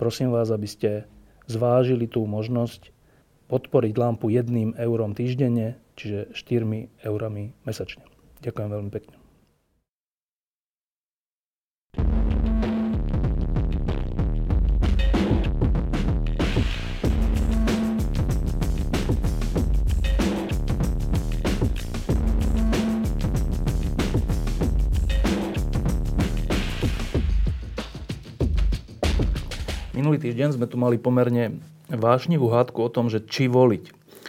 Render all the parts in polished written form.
prosím vás, aby ste zvážili tú možnosť podporiť Lampu 1 eurom týždenne, čiže 4 eurami mesačne. Ďakujem veľmi pekne. Minulý týždeň sme tu mali pomerne vášnivú hádku o tom, že či voliť.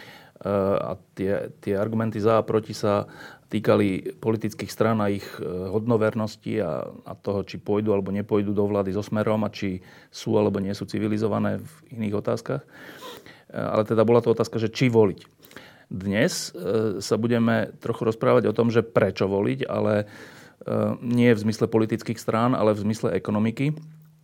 A tie argumenty za a proti sa týkali politických strán a ich hodnovernosti a toho, či pôjdu alebo nepôjdu do vlády so Smerom a či sú alebo nie sú civilizované v iných otázkach. Ale teda bola to otázka, že či voliť. Dnes sa budeme trochu rozprávať o tom, že prečo voliť, ale nie v zmysle politických strán, ale v zmysle ekonomiky,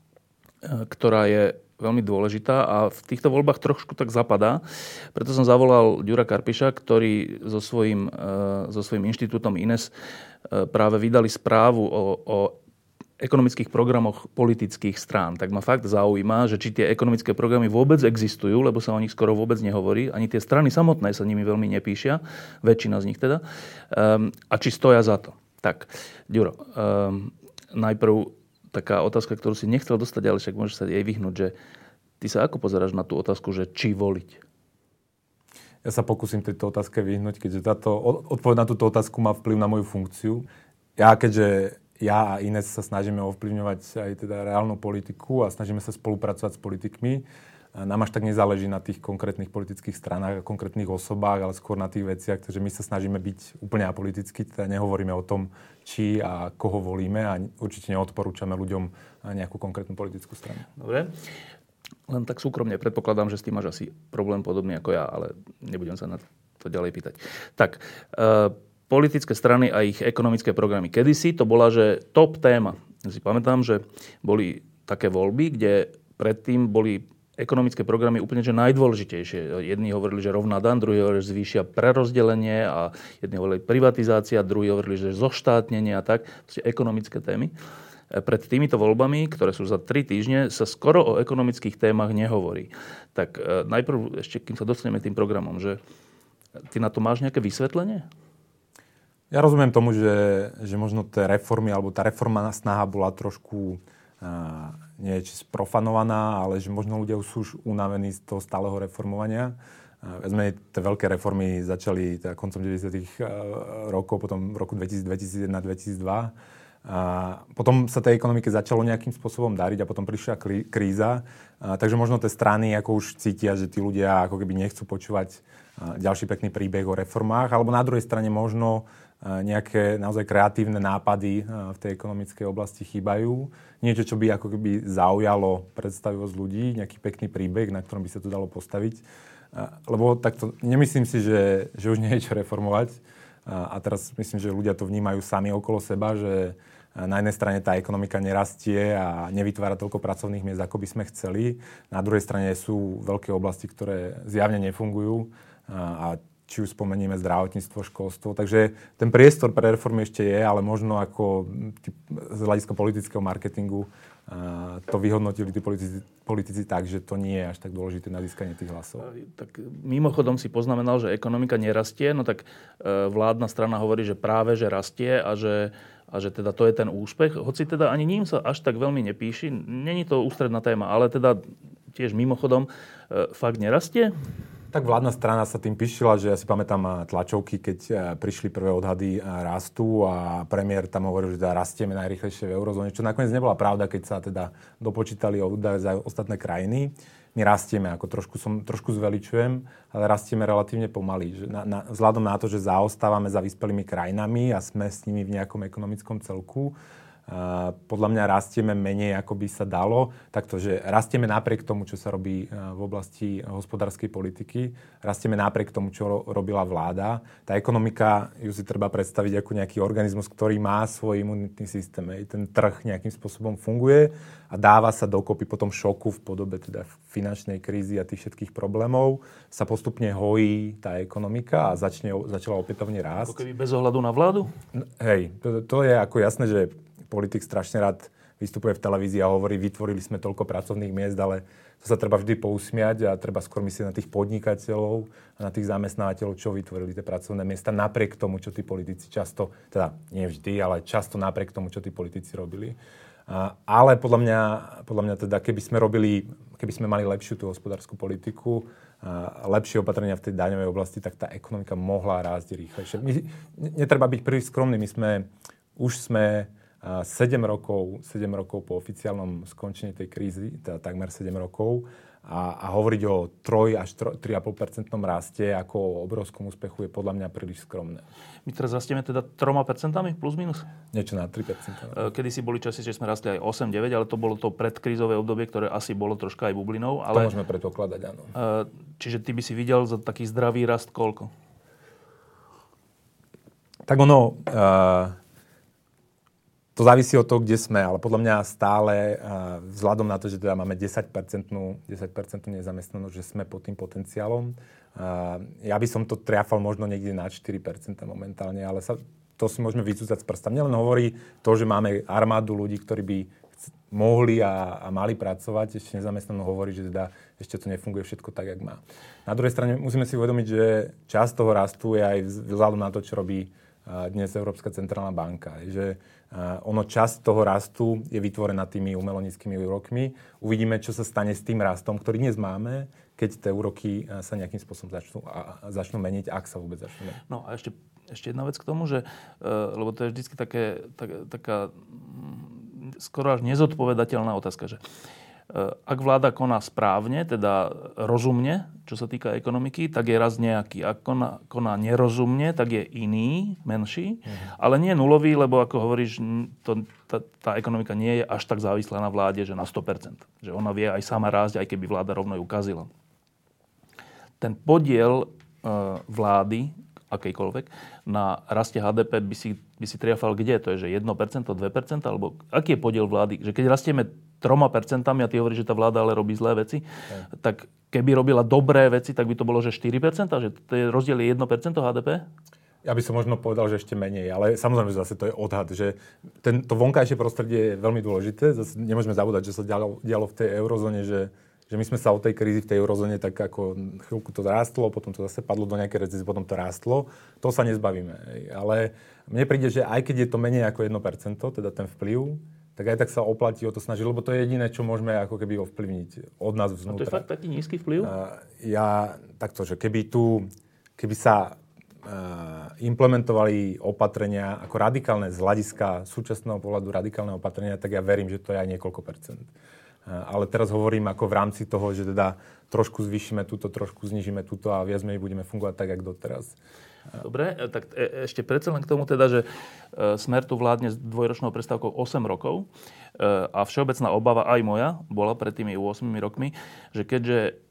ktorá je veľmi dôležitá a v týchto voľbách trošku tak zapadá. Preto som zavolal Ďura Karpiša, ktorý so svojím inštitútom INES práve vydali správu o ekonomických programoch politických strán. Tak ma fakt zaujíma, že či tie ekonomické programy vôbec existujú, lebo sa o nich skoro vôbec nehovorí. Ani tie strany samotné sa nimi veľmi nepíšia, väčšina z nich teda. A či stoja za to. Tak, Ďuro, najprv taká otázka, ktorú si nechcel dostať, ale však môžeš sa jej vyhnúť, že ty sa ako pozeráš na tú otázku, že či voliť? Ja sa pokúsim tejto otázke vyhnúť, keďže táto odpoveď na túto otázku má vplyv na moju funkciu. Keďže ja a Ines sa snažíme ovplyvňovať aj teda reálnu politiku a snažíme sa spolupracovať s politikmi, nám až tak nezáleží na tých konkrétnych politických stranách a konkrétnych osobách, ale skôr na tých veciach, takže my sa snažíme byť úplne apoliticky, teda nehovoríme o tom, či a koho volíme a určite neodporúčame ľuďom nejakú konkrétnu politickú stranu. Dobre. Len tak súkromne predpokladám, že s tým máš asi problém podobný ako ja, ale nebudem sa na to ďalej pýtať. Tak, politické strany a ich ekonomické programy. Kedysi to bola, že top téma. Ja si pamätám, že boli také voľby, kde predtým boli ekonomické programy úplne že najdôležitejšie. Jedni hovorili, že rovná daň, druhí hovorili, že zvýšia prerozdelenie a jedni hovorili privatizácia, druhí hovorili, že zoštátnenie a tak. To sú ekonomické témy. Pred týmito voľbami, ktoré sú za 3 týždne, sa skoro o ekonomických témach nehovorí. Tak najprv ešte, kým sa dostaneme tým programom, že ty na to máš nejaké vysvetlenie? Ja rozumiem tomu, že možno tie reformy alebo tá reformná snaha bola trošku nie je či sprofanovaná, ale že možno ľudia sú už unavení z toho stáleho reformovania. Tie veľké reformy začali teda koncom 90. rokov, potom v roku 2000, 2001, 2002. Potom sa tej ekonomike začalo nejakým spôsobom dariť a potom prišla kríza. Takže možno tie strany ako už cítia, že tí ľudia ako keby nechcú počúvať ďalší pekný príbeh o reformách, alebo na druhej strane možno nejaké naozaj kreatívne nápady v tej ekonomickej oblasti chýbajú. Niečo, čo by ako keby zaujalo predstavivosť ľudí, nejaký pekný príbeh, na ktorom by sa to dalo postaviť. Lebo takto nemyslím si, že už nie je čo reformovať. A teraz myslím, že ľudia to vnímajú sami okolo seba, že na jednej strane tá ekonomika nerastie a nevytvára toľko pracovných miest, ako by sme chceli. Na druhej strane sú veľké oblasti, ktoré zjavne nefungujú a či už spomenieme zdravotníctvo, školstvo. Takže ten priestor pre reformy ešte je, ale možno ako z hľadiska politického marketingu to vyhodnotili tí politici tak, že to nie je až tak dôležité na získanie tých hlasov. Tak mimochodom si poznamenal, že ekonomika nerastie, no tak vládna strana hovorí, že práve, že rastie a že teda to je ten úspech. Hoci teda ani ním sa až tak veľmi nepíši, není to ústredná téma, ale teda tiež mimochodom fakt nerastie? Tak vládna strana sa tým píšila, že ja si pamätám tlačovky, keď prišli prvé odhady rastu a premiér tam hovoril, že teda rastieme najrýchlejšie v eurozóne, čo nakoniec nebola pravda, keď sa teda dopočítali údaje za ostatné krajiny. My rastieme, trošku zveličujem, ale rastieme relatívne pomaly. Vzhľadom na to, že zaostávame za vyspelými krajinami a sme s nimi v nejakom ekonomickom celku, podľa mňa rastieme menej, ako by sa dalo. Takže rastieme napriek tomu, čo sa robí v oblasti hospodárskej politiky. Rastieme napriek tomu, čo robila vláda. Tá ekonomika, ju si treba predstaviť ako nejaký organizmus, ktorý má svoj imunitný systém. Ten trh nejakým spôsobom funguje a dáva sa dokopy po tom šoku v podobe teda finančnej krízy a tých všetkých problémov. Sa postupne hojí tá ekonomika a začala opätovne rásť. Ako keby bez ohľadu na vládu? Hej, to je ako jasné, že politik strašne rád vystupuje v televízii a hovorí, vytvorili sme toľko pracovných miest, ale to sa treba vždy pousmiať a treba skôr myslieť na tých podnikateľov a na tých zamestnávateľov, čo vytvorili tie pracovné miesta napriek tomu, čo tí politici často, teda nie vždy, ale často napriek tomu, čo tí politici robili. Ale podľa mňa teda, keby sme mali lepšiu tú hospodárskú politiku, lepšie opatrenia v tej daňovej oblasti, tak tá ekonomika mohla rásť rýchlejšie. Netreba byť príliš skromný, už sme 7 rokov po oficiálnom skončení tej krízy, teda takmer 7 rokov, a hovoriť o 3 až 3,5% raste ako o obrovskom úspechu je podľa mňa príliš skromné. My teraz rastieme teda 3% plus minus? Niečo na 3%. Kedy si boli časy, že sme rastli aj 8-9, ale to bolo to predkrízové obdobie, ktoré asi bolo troška aj bublinou. Ale... To môžeme predpokladať, áno. Čiže ty by si videl za taký zdravý rast koľko? Tak ono... To závisí od toho, kde sme, ale podľa mňa stále vzhľadom na to, že teda máme 10% nezamestnanosť, že sme pod tým potenciálom. Ja by som to triafal možno niekde na 4% momentálne, ale to si môžeme vycúcať z prsta. Mne len hovorí to, že máme armádu ľudí, ktorí by mohli a mali pracovať, ešte nezamestnanosť hovorí, že teda ešte to nefunguje všetko tak, jak má. Na druhej strane musíme si uvedomiť, že časť toho rastu je aj vzhľadom na to, čo robí dnes Európska centrálna banka. Že ono časť toho rastu je vytvorená tými umelo-nízkymi úrokmi. Uvidíme, čo sa stane s tým rastom, ktorý dnes máme, keď tie úroky sa nejakým spôsobom začnú meniť, ak sa vôbec začnú meniť. No a ešte jedna vec k tomu, že, lebo to je vždycky taká skoro až nezodpovedateľná otázka, že ak vláda koná správne, teda rozumne, čo sa týka ekonomiky, tak je raz nejaký. Ak koná nerozumne, tak je iný, menší, ale nie nulový, lebo ako hovoríš, tá ekonomika nie je až tak závislá na vláde, že na 100%. Že ona vie aj sama rásť, aj keby vláda rovno ju kazila. Ten podiel vlády, akejkoľvek, na raste HDP by si triafal kde? To je, že 1%, 2%? Alebo aký je podiel vlády? Že keď rastieme 3% a ty hovoríš, že tá vláda ale robí zlé veci, tak keby robila dobré veci, tak by to bolo, že 4%? Že to je rozdiel 1% HDP? Ja by som možno povedal, že ešte menej, ale samozrejme, že zase to je odhad, že to vonkajšie prostredie je veľmi dôležité. Zase nemôžeme zabúdať, že sa dialo v tej eurozóne, že my sme sa od tej krízy v tej eurozóne tak ako chvíľku to rástlo, potom to zase padlo do nejakej recessie, potom to rástlo. To sa nezbavíme. Ale mne príde, že aj keď je to menej ako 1%, teda ten vplyv, tak aj tak sa oplatí o to snažiť, lebo to je jediné, čo môžeme ako keby ovplyvniť od nás vznútra. A to je fakt taký nízky vplyv? Takto, že keby sa implementovali opatrenia ako radikálne z hľadiska súčasného pohľadu radikálne opatrenia, tak ja verím, že to je aj niekoľko percent. Ale teraz hovorím ako v rámci toho, že teda trošku zvýšime túto, trošku znižíme túto a viac menej budeme fungovať tak, ako doteraz. Dobre, tak ešte predsa len k tomu teda, že Smer tu vládne s dvojročnou prestávkou 8 rokov a všeobecná obava aj moja bola pred tými 8 rokmi, že keďže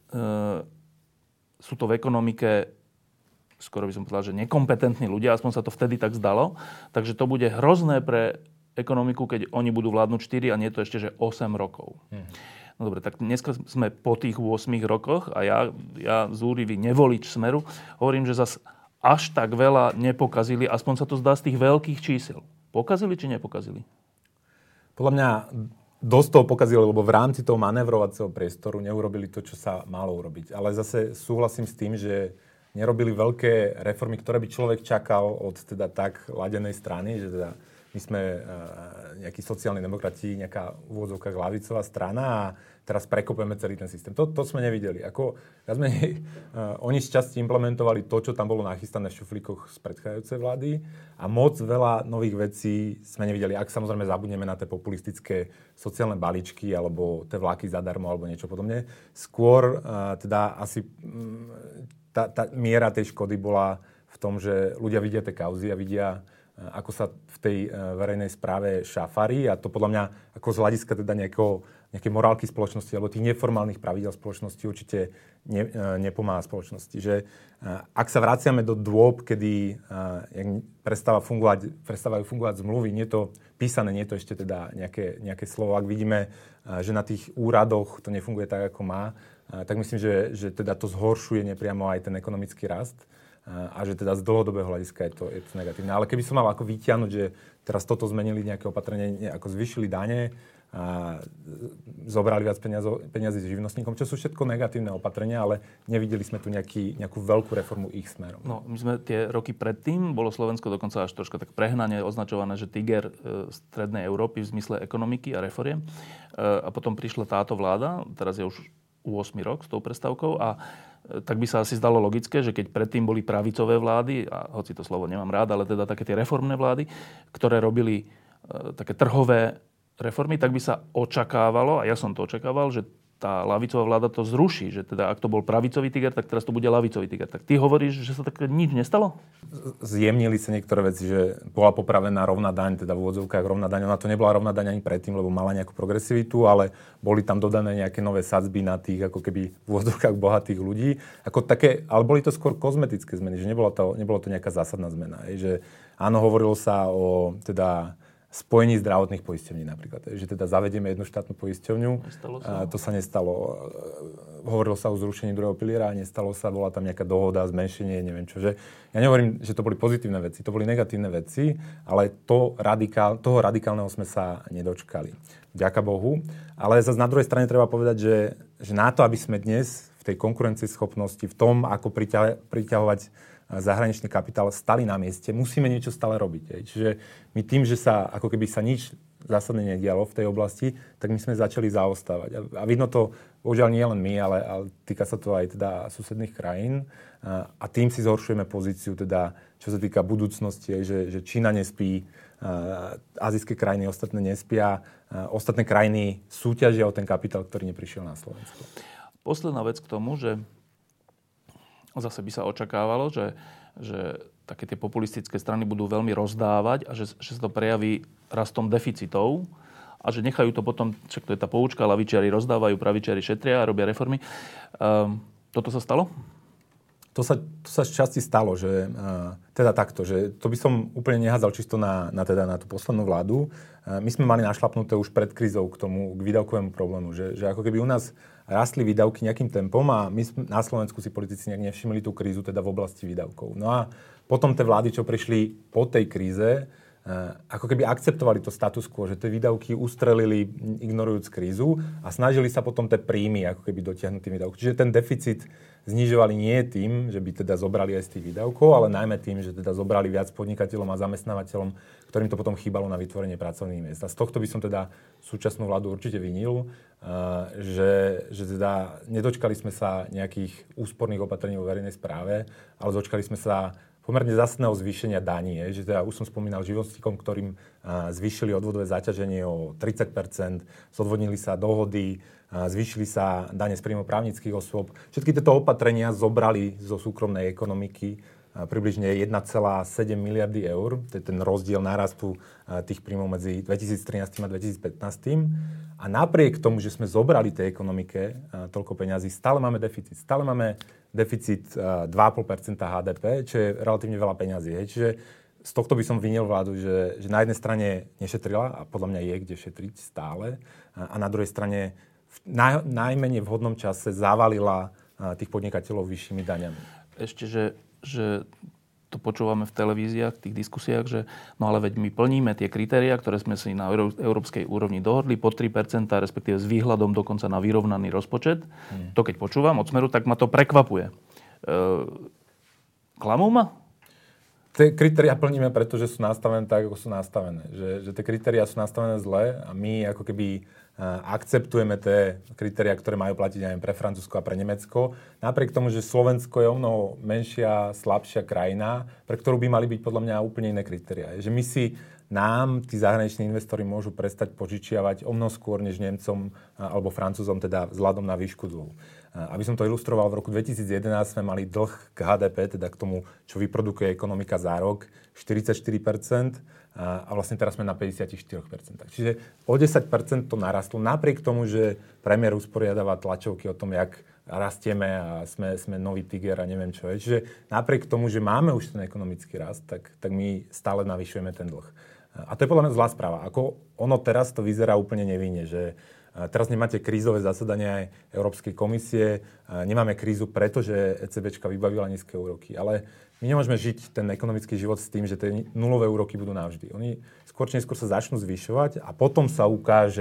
sú to v ekonomike skoro by som povedal, že nekompetentní ľudia, aspoň sa to vtedy tak zdalo, takže to bude hrozné pre ekonomiku, keď oni budú vládnuť 4 a nie to ešte, že 8 rokov. No dobre, tak dneska sme po tých 8 rokoch a ja zúrivý nevolič Smeru, hovorím, že zas až tak veľa nepokazili, aspoň sa to zdá z tých veľkých čísel. Pokazili či nepokazili? Podľa mňa dosť toho pokazili, lebo v rámci toho manévrovacieho priestoru neurobili to, čo sa malo urobiť. Ale zase súhlasím s tým, že nerobili veľké reformy, ktoré by človek čakal od teda tak ladenej strany, že teda my sme nejakí sociálni demokrati, nejaká v úvodzovkách ľavicová strana a teraz prekopujeme celý ten systém. To sme nevideli. Oni z časti implementovali to, čo tam bolo nachystané v šuflíkoch z predchádzajúcej vlády a moc veľa nových vecí sme nevideli. Ak samozrejme zabudneme na tie populistické sociálne balíčky alebo tie vláky zadarmo alebo niečo podobne. Skôr teda asi tá miera tej škody bola v tom, že ľudia vidia tie kauzy a vidia, ako sa v tej verejnej správe šafarí a to podľa mňa ako z hľadiska teda nejakej morálky spoločnosti alebo tých neformálnych pravidel spoločnosti určite nepomáha spoločnosti. Že ak sa vraciame do dôb, kedy prestávajú fungovať zmluvy, nie to písané, nie to ešte teda nejaké slovo, ak vidíme, že na tých úradoch to nefunguje tak, ako má, tak myslím, že teda to zhoršuje nepriamo aj ten ekonomický rast. A že teda z dlhodobého hľadiska je to negatívne. Ale keby som mal ako vytiahnuť, že teraz toto zmenili nejaké opatrenie, ako zvýšili dane, zobrali viac peniazy s živnostníkom, čo sú všetko negatívne opatrenia, ale nevideli sme tu nejakú veľkú reformu ich smerom. No, my sme tie roky predtým, bolo Slovensko dokonca až troška tak prehnane označované, že tiger strednej Európy v zmysle ekonomiky a reforiem. A potom prišla táto vláda, teraz je už 8 rok s tou prestávkou a tak by sa asi zdalo logické, že keď predtým boli pravicové vlády, a hoci to slovo nemám rád, ale teda také tie reformné vlády, ktoré robili také trhové reformy, tak by sa očakávalo, a ja som to očakával, že tá ľavicová vláda to zruší, že teda ak to bol pravicový tiger, tak teraz to bude ľavicový tiger. Tak ty hovoríš, že sa tak nič nestalo? Zjemnili sa niektoré veci, že bola popravená rovná daň, teda v úvodzovkách rovná daň. Ona to nebola rovná daň ani predtým, lebo mala nejakú progresivitu, ale boli tam dodané nejaké nové sadzby na tých ako keby v úvodzovkách bohatých ľudí. Ako také, ale boli to skôr kozmetické zmeny, že nebolo to nejaká zásadná zmena. Že áno, hovorilo sa o teda spojení zdravotných poisťovní napríklad. Že teda zavedieme jednu štátnu poisťovňu. To sa nestalo. Hovorilo sa o zrušení druhého piliera, nestalo sa, bola tam nejaká dohoda, zmenšenie, neviem čo. Že ja nehovorím, že to boli pozitívne veci, to boli negatívne veci, ale toho radikálneho sme sa nedočkali. Vďaka Bohu. Ale zase na druhej strane treba povedať, že na to, aby sme dnes v tej konkurencieschopnosti, v tom, ako priťahovať zahraničný kapitál stali na mieste, musíme niečo stále robiť. Čiže my tým, že sa ako keby sa nič zásadne nedialo v tej oblasti, tak my sme začali zaostávať. A vidno to, bohužiaľ nie len my, ale týka sa to aj teda susedných krajín. A tým si zhoršujeme pozíciu, teda, čo sa týka budúcnosti, že Čína nespí, azijské krajiny ostatné nespia, ostatné krajiny súťažia o ten kapitál, ktorý neprišiel na Slovensko. Posledná vec k tomu, že zase by sa očakávalo, že také tie populistické strany budú veľmi rozdávať a že sa to prejaví rastom deficitov a že nechajú to potom, však to je tá poučka, lavičiari rozdávajú, pravičiari šetria a robia reformy. Toto sa stalo? To sa z časti stalo, že teda takto, že to by som úplne nehádzal čisto na tú poslednú vládu. My sme mali našlapnuté už pred krízou k výdavkovému problému, že ako keby u nás rastli výdavky nejakým tempom a my na Slovensku si politici nejak nevšimli tú krízu teda v oblasti výdavkov. No a potom tie vlády, čo prišli po tej kríze, ako keby akceptovali to status quo, že tie výdavky ustrelili ignorujúc krízu a snažili sa potom tie príjmy ako keby dotiahnuť tým výdavkom. Čiže ten deficit znižovali nie tým, že by teda zobrali aj z tých výdavkov, ale najmä tým, že teda zobrali viac podnikateľom a zamestnávateľom, ktorým to potom chýbalo na vytvorenie pracovných miest. A z tohto by som teda súčasnú vládu určite vinil, že teda nedočkali sme sa nejakých úsporných opatrení vo verejnej správe, ale dočkali sme sa pomerne zásadného zvýšenia daní. Že teda už som spomínal živnostníkom, ktorým zvýšili odvodové zaťaženie o 30%, zodvodnili sa dohody, zvýšili sa dane z príjmov právnických osôb. Všetky tieto opatrenia zobrali zo súkromnej ekonomiky približne 1,7 miliardy eur. To je ten rozdiel nárastu tých príjmov medzi 2013 a 2015. A napriek tomu, že sme zobrali tej ekonomike toľko peňazí, stále máme deficit. Stále máme deficit 2,5% HDP, čo je relatívne veľa peňazí. Čiže z tohto by som vinil vládu, že na jednej strane nešetrila, a podľa mňa je kde šetriť stále, a na druhej strane v najmenej vhodnom čase zavalila tých podnikateľov vyššími daňami. Ešte, že to počúvame v televíziách, v tých diskusiách, že no ale veď my plníme tie kritériá, ktoré sme si na európskej úrovni dohodli, po 3%, respektíve s výhľadom dokonca na vyrovnaný rozpočet. To keď počúvam od Smeru, tak ma to prekvapuje. Klamú ma? Tie kritériá plníme, pretože sú nastavené tak, ako sú nastavené. Že tie kritériá sú nastavené zle a my ako keby akceptujeme tie kritériá, ktoré majú platiť aj pre Francúzsko a pre Nemecko. Napriek tomu, že Slovensko je o mnoho menšia, slabšia krajina, pre ktorú by mali byť podľa mňa úplne iné kritériá. Že my si nám, tí zahraniční investori, môžu prestať požičiavať o mnoho skôr než Nemcom alebo Francúzom, teda vzhľadom na výšku dlhu. Aby som to ilustroval, v roku 2011 sme mali dlh k HDP, teda k tomu, čo vyprodukuje ekonomika za rok, 44%. A vlastne teraz sme na 54%. Čiže o 10% to narastlo, napriek tomu, že premiér usporiadáva tlačovky o tom, jak rastieme a sme nový tiger a neviem čo. Čiže napriek tomu, že máme už ten ekonomický rast, tak my stále navyšujeme ten dlh. A to je podľa mňa zlá správa. Ako ono teraz to vyzerá úplne nevinne, že teraz nemáte krízové zasadania aj Európskej komisie, nemáme krízu, pretože ECBčka vybavila nízke úroky, ale my nemôžeme žiť ten ekonomický život s tým, že tie nulové úroky budú navždy. Oni skôr či neskôr sa začnú zvyšovať a potom sa ukáže,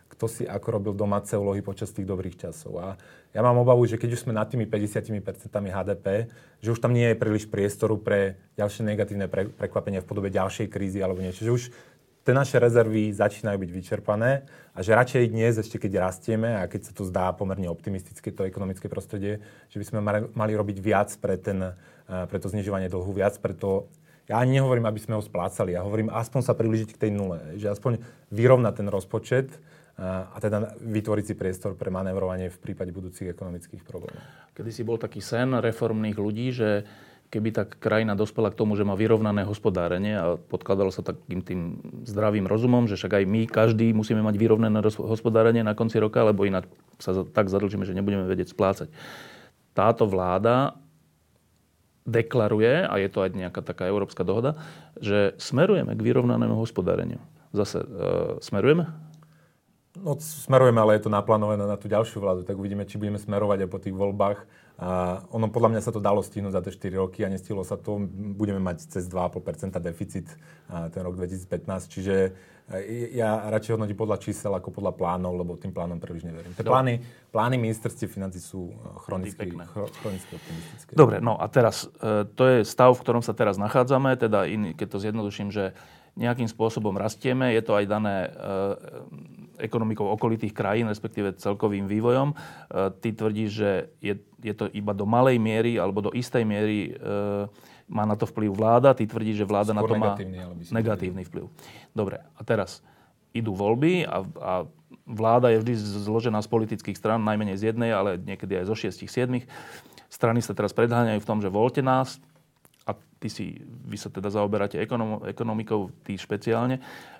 kto si ako robil domáce úlohy počas tých dobrých časov. A ja mám obavu, že keď už sme nad tými 50% HDP, že už tam nie je príliš priestoru pre ďalšie negatívne prekvapenia v podobe ďalšej krízy alebo niečo. Že už tie naše rezervy začínajú byť vyčerpané a že radšej dnes, ešte keď rastieme a keď sa to zdá pomerne optimistické to ekonomické prostredie, že by sme mali robiť viac pre to znižovanie dlhu, viac pre to. Ja ani nehovorím, aby sme ho splácali, ja hovorím aspoň sa priblížiť k tej nule, že aspoň vyrovnať ten rozpočet a teda vytvoriť si priestor pre manévrovanie v prípade budúcich ekonomických problémov. Kedysi bol taký sen reformných ľudí, že keby tak krajina dospela k tomu, že má vyrovnané hospodárenie a podkladalo sa takým tým zdravým rozumom, že však aj my, každý, musíme mať vyrovnané hospodárenie na konci roka, lebo inak sa tak zadlžíme, že nebudeme vedieť splácať. Táto vláda deklaruje, a je to aj nejaká taká európska dohoda, že smerujeme k vyrovnanému hospodáreniu. Zase smerujeme? No, smerujeme, ale je to naplánované na tú ďalšiu vládu, tak uvidíme, či budeme smerovať aj po tých voľbách. A ono podľa mňa sa to dalo stihnúť za tie 4 roky a nestihlo sa to. Budeme mať cez 2,5% deficit ten rok 2015, čiže ja radšej hodnotím podľa čísel ako podľa plánov, lebo tým plánom príliš neverím. Tie plány ministerstiev financií sú chronicky optimistické. Dobre, no a teraz, to je stav, v ktorom sa teraz nachádzame, teda keď to zjednoduším, že nejakým spôsobom rastieme, je to aj dané ekonomikou okolitých krajín, respektíve celkovým vývojom. Ty tvrdíš, že je to iba do malej miery alebo do istej miery má na to vplyv vláda. Ty tvrdíš, že vláda skôr na to má negatívny vplyv. Dobre, a teraz idú voľby a vláda je vždy zložená z politických strán, najmenej z jednej, ale niekedy aj zo 6-7. Strany sa teraz predháňajú v tom, že voľte nás. A vy sa teda zaoberáte ekonomikou, ty špeciálne.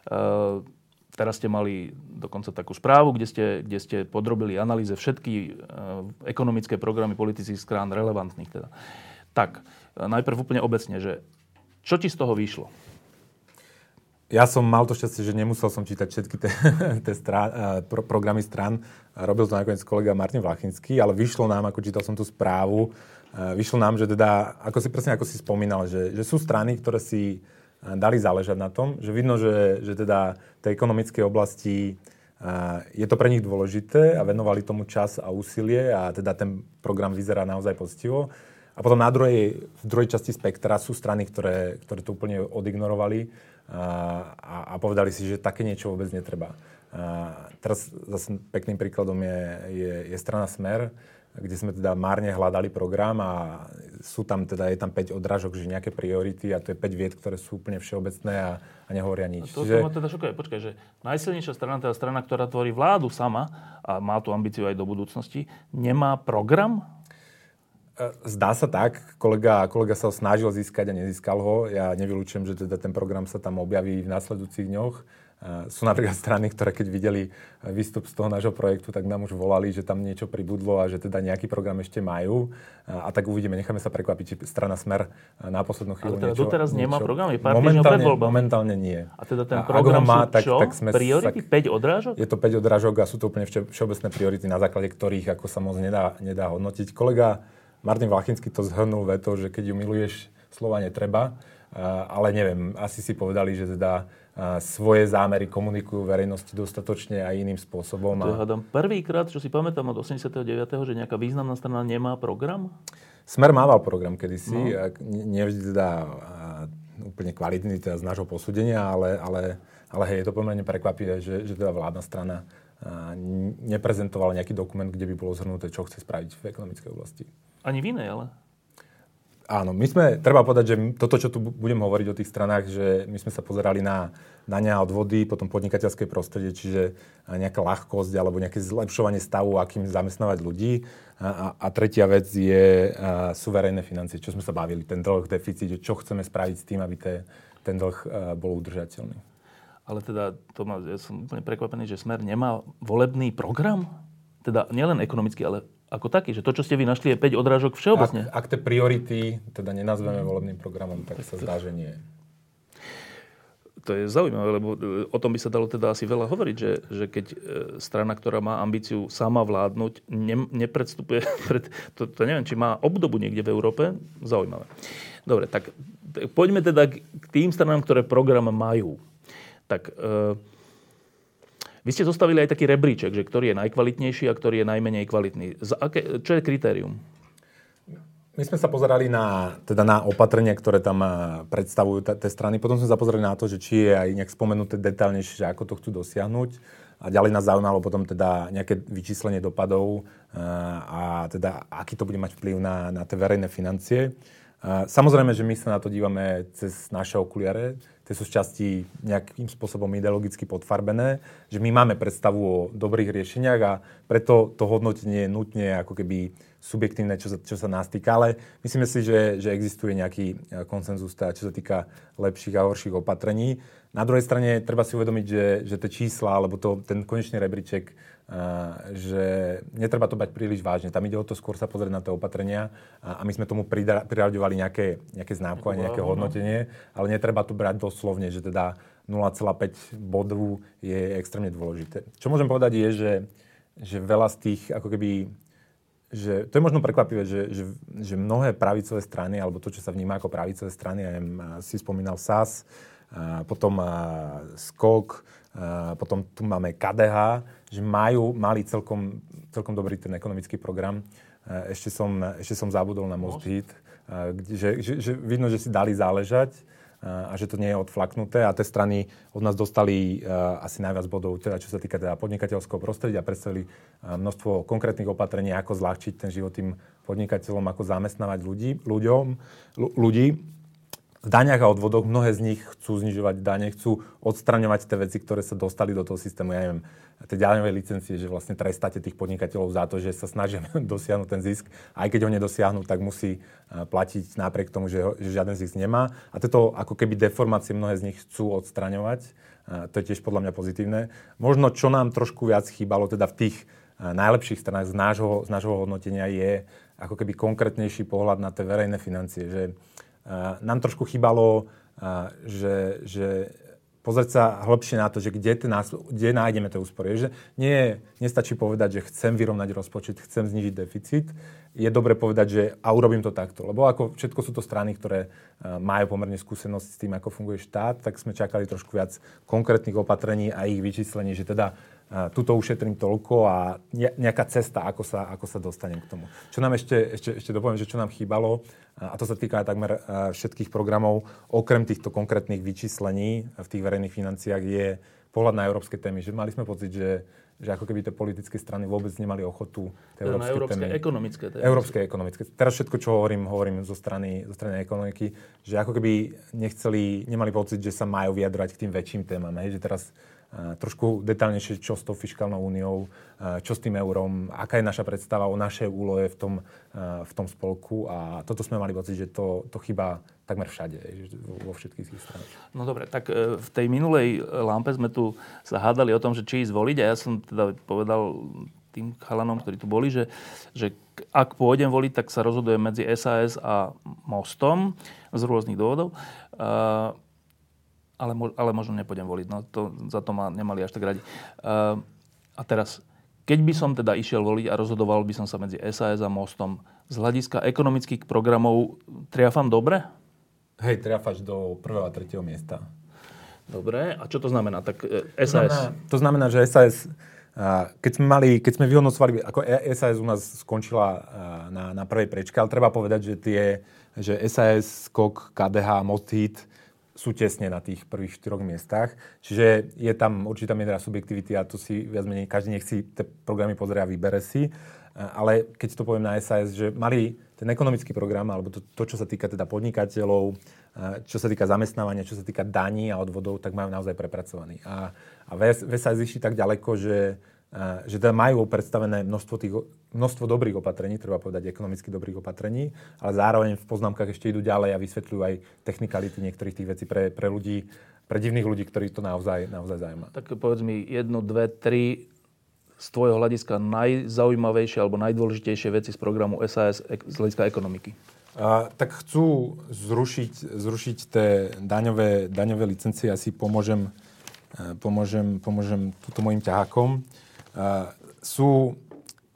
Teraz ste mali dokonca takú správu, kde ste podrobili analýze všetky ekonomické programy politických strán relevantných. Teda. Tak, najprv úplne obecne, že čo ti z toho vyšlo? Ja som mal to šťastie, že nemusel som čítať všetky tie programy strán. Robil to nakoniec kolega Martin Vlachinský, ale vyšlo nám, ako čítal som tú správu, vyšlo nám, že teda, ako si spomínal, že sú strany, ktoré si dali záležať na tom, že vidno, že teda tej ekonomickej oblasti je to pre nich dôležité a venovali tomu čas a úsilie a teda ten program vyzerá naozaj poctivo. A potom v druhej časti spektra sú strany, ktoré to úplne odignorovali a povedali si, že také niečo vôbec netreba. Teraz zase pekným príkladom je strana Smer, kde sme teda márne hľadali program a je tam 5 odrážok, že nejaké priority a to je 5 vied, ktoré sú úplne všeobecné a nehovoria nič. To ma teda šokuje. Počkaj, že najsilnejšia strana, teda strana, ktorá tvorí vládu sama a má tú ambíciu aj do budúcnosti, nemá program? Zdá sa tak. Kolega sa ho snažil získať a nezískal ho. Ja nevylučujem, že teda ten program sa tam objaví v následujúcich dňoch. Sú napríklad strany, ktoré keď videli výstup z toho nášho projektu, tak nám už volali, že tam niečo pribudlo a že teda nejaký program ešte majú. A tak uvidíme, necháme sa prekvapiť, či strana Smer na poslednú chvíľu niečo... Ale teda doteraz nemá program? Je pár týždňov pred voľbami? Momentálne nie. A teda ten program sú čo? Priority? 5 odrážok? Je to 5 odrážok a sú to úplne všeobecné priority, na základe ktorých ako sa moc nedá hodnotiť. Kolega Martin Vlachinský to zhrnul vetou, že keď ju miluješ, slova netreba. Ale neviem, asi si povedali, že teda svoje zámery komunikujú verejnosti dostatočne aj iným spôsobom. To je hádam prvýkrát, čo si pamätám od 89., že nejaká významná strana nemá program? Smer mával program kedysi, nevždy teda úplne kvalitný teda z nášho posúdenia, ale hej, je to pomerne prekvapivé, že teda vládna strana neprezentovala nejaký dokument, kde by bolo zhrnuté, čo chce spraviť v ekonomickej oblasti. Ani v inej, ale... Áno, treba povedať, že toto, čo tu budem hovoriť o tých stranách, že my sme sa pozerali na dane a odvody, potom podnikateľské prostredie, čiže nejaká ľahkosť alebo nejaké zlepšovanie stavu, akým zamestnávať ľudí. A tretia vec sú verejné financie, čo sme sa bavili, ten dlh, deficit, čo chceme spraviť s tým, aby ten dlh bol udržateľný. Ale teda, ja som úplne prekvapený, že Smer nemá volebný program? Teda nielen ekonomický, ale ako taký, že to, čo ste vy našli, je 5 odrážok všeobecne. Ak tie priority teda nenazveme volebným programom, tak sa zdá, že nie. To je zaujímavé, lebo o tom by sa dalo teda asi veľa hovoriť, že keď strana, ktorá má ambíciu sama vládnuť, nepredstupuje pred... To neviem, či má obdobu niekde v Európe. Zaujímavé. Dobre, tak poďme teda k tým stranám, ktoré program majú. Tak... Vy ste zostavili aj taký rebríček, že ktorý je najkvalitnejší a ktorý je najmenej kvalitný. Čo je kritérium? My sme sa pozerali na opatrenia, ktoré tam predstavujú tie strany. Potom sme sa pozerali na to, že či je aj nejak spomenuté detailnejšie, že ako to chcú dosiahnuť. A ďalej nás zaujímalo potom teda nejaké vyčíslenie dopadov a teda aký to bude mať vplyv na tie verejné financie. Samozrejme, že my sa na to dívame cez naše okuliare. Tie sú šťastí nejakým spôsobom ideologicky podfarbené, že my máme predstavu o dobrých riešeniach a preto to hodnotenie je nutne ako keby subjektívne, čo sa nás týka, ale myslíme si, že existuje nejaký konsenzus, čo sa týka lepších a horších opatrení. Na druhej strane treba si uvedomiť, že tie čísla, alebo ten konečný rebríček, že netreba to brať príliš vážne. Tam ide o to skôr sa pozrieť na tie opatrenia a my sme tomu priraďovali nejaké známkovanie, nejaké hodnotenie, ale netreba to brať doslovne, že teda 0,5 bodu je extrémne dôležité. Čo môžem povedať je, že veľa z tých, ako keby, že to je možno prekvapivé, že mnohé pravicové strany, alebo to, čo sa vníma ako pravicové strany, si spomínal SAS, potom Skok, potom tu máme KDH, že mali celkom dobrý ten ekonomický program. Ešte som zabudol na Most Hit, že vidno, že si dali záležať a že to nie je odflaknuté a tie strany od nás dostali asi najviac bodov, teda čo sa týka teda podnikateľského prostredia, predstavili množstvo konkrétnych opatrení, ako zľahčiť ten život tým podnikateľom, ako zamestnávať ľudí. V daňach a odvodoch mnohé z nich chcú znižovať dane, chcú odstraňovať tie veci, ktoré sa dostali do toho systému. Ja neviem, tie daňové licencie, že vlastne trestáte tých podnikateľov za to, že sa snažia dosiahnuť ten zisk. Aj keď ho nedosiahnu, tak musí platiť napriek tomu, že žiaden zisk nemá. A tieto ako keby deformácie mnohé z nich chcú odstraňovať. To je tiež podľa mňa pozitívne. Možno, čo nám trošku viac chýbalo, teda v tých najlepších stranách z nášho hodnotenia je ako keby konkrétnejší pohľad na tie verejné financie, že nám trošku chýbalo, že pozrieť sa hĺbšie na to, že kde nájdeme tie úspory. Že nestačí povedať, že chcem vyrovnať rozpočet, chcem znížiť deficit. Je dobre povedať, že a urobím to takto. Lebo ako všetko sú to strany, ktoré majú pomerne skúsenosť s tým, ako funguje štát, tak sme čakali trošku viac konkrétnych opatrení a ich vyčíslení, že teda tuto ušetrím toľko a nejaká cesta, ako sa dostanem k tomu. Čo nám ešte dopoviem, že čo nám chýbalo, a to sa týka takmer všetkých programov, okrem týchto konkrétnych vyčíslení v tých verejných financiách, je pohľad na európske témy. Že mali sme pocit, že ako keby tie politické strany vôbec nemali ochotu tie európske témy. Ekonomické témy. Európske ekonomické. Teraz všetko, čo hovorím zo strany ekonomiky, že ako keby nemali pocit, že sa majú vyjadrovať k tým väčším témam. Že teraz trošku detailnejšie, čo s tou fiškálnou úniou, čo s tým eurom, aká je naša predstava o našej úlohe v tom spolku a toto sme mali pocit, že to chýba takmer všade, vo všetkých tých stranách. No dobre, tak v tej minulej lampe sme tu sa hádali o tom, že či ísť voliť a ja som teda povedal tým chalanom, ktorí tu boli, že ak pôjdem voliť, tak sa rozhodujem medzi SAS a Mostom z rôznych dôvodov. Ale možno nepôjdem voliť. No za to ma nemali až tak radi. A teraz, keď by som teda išiel voliť a rozhodoval by som sa medzi SAS a Mostom, z hľadiska ekonomických programov triafam dobre? Hej, triafáš do 1. a 3. miesta. Dobre. A čo to znamená? Tak SAS? To znamená, že SAS, keď sme vyhodnocovali, ako SAS u nás skončila na prvej priečke, ale treba povedať, že SAS, Skok, KDH, Most Hit sú tesne na tých prvých 4 miestach. Čiže je tam určitá miera subjektivity a to si viac menej každý nech si tie programy pozrie a vybere si. Ale keď to poviem na SAS, že mali ten ekonomický program, alebo to čo sa týka teda podnikateľov, čo sa týka zamestnávania, čo sa týka daní a odvodov, tak majú naozaj prepracovaný. A v SAS išli tak ďaleko, že teda majú predstavené množstvo dobrých opatrení, treba povedať ekonomicky dobrých opatrení, ale zároveň v poznámkach ešte idú ďalej a vysvetľujú aj technikality niektorých tých vecí pre ľudí, pre divných ľudí, ktorých to naozaj zaujíma. Tak povedz mi 1, 2, 3 z tvojho hľadiska najzaujímavejšie alebo najdôležitejšie veci z programu SAS z hľadiska ekonomiky. Tak chcú zrušiť tie daňové licencie, asi pomôžem túto mojim ťahákom. Sú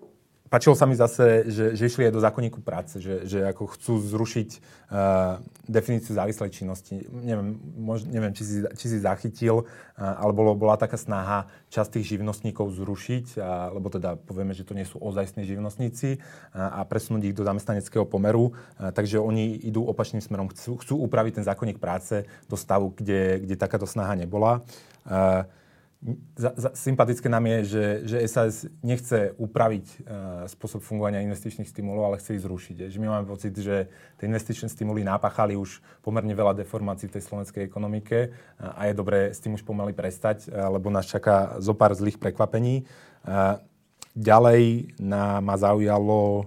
Páčilo sa mi zase, že išli aj do zákonníku práce, že ako chcú zrušiť definíciu závislej činnosti. Neviem či si zachytil, ale bola taká snaha časť tých živnostníkov zrušiť, lebo teda povieme, že to nie sú ozajstní živnostníci a presunúť ich do zamestnaneckého pomeru. Takže oni idú opačným smerom. Chcú upraviť ten zákonník práce do stavu, kde takáto snaha nebola. Sympatické nám je, že SAS nechce upraviť spôsob fungovania investičných stimulov, ale chce ich zrušiť. Že my máme pocit, že tie investičné stimuly napáchali už pomerne veľa deformácií v tej slovenskej ekonomike a je dobré s tým už pomaly prestať, lebo nás čaká zo pár zlých prekvapení. Ďalej ma zaujalo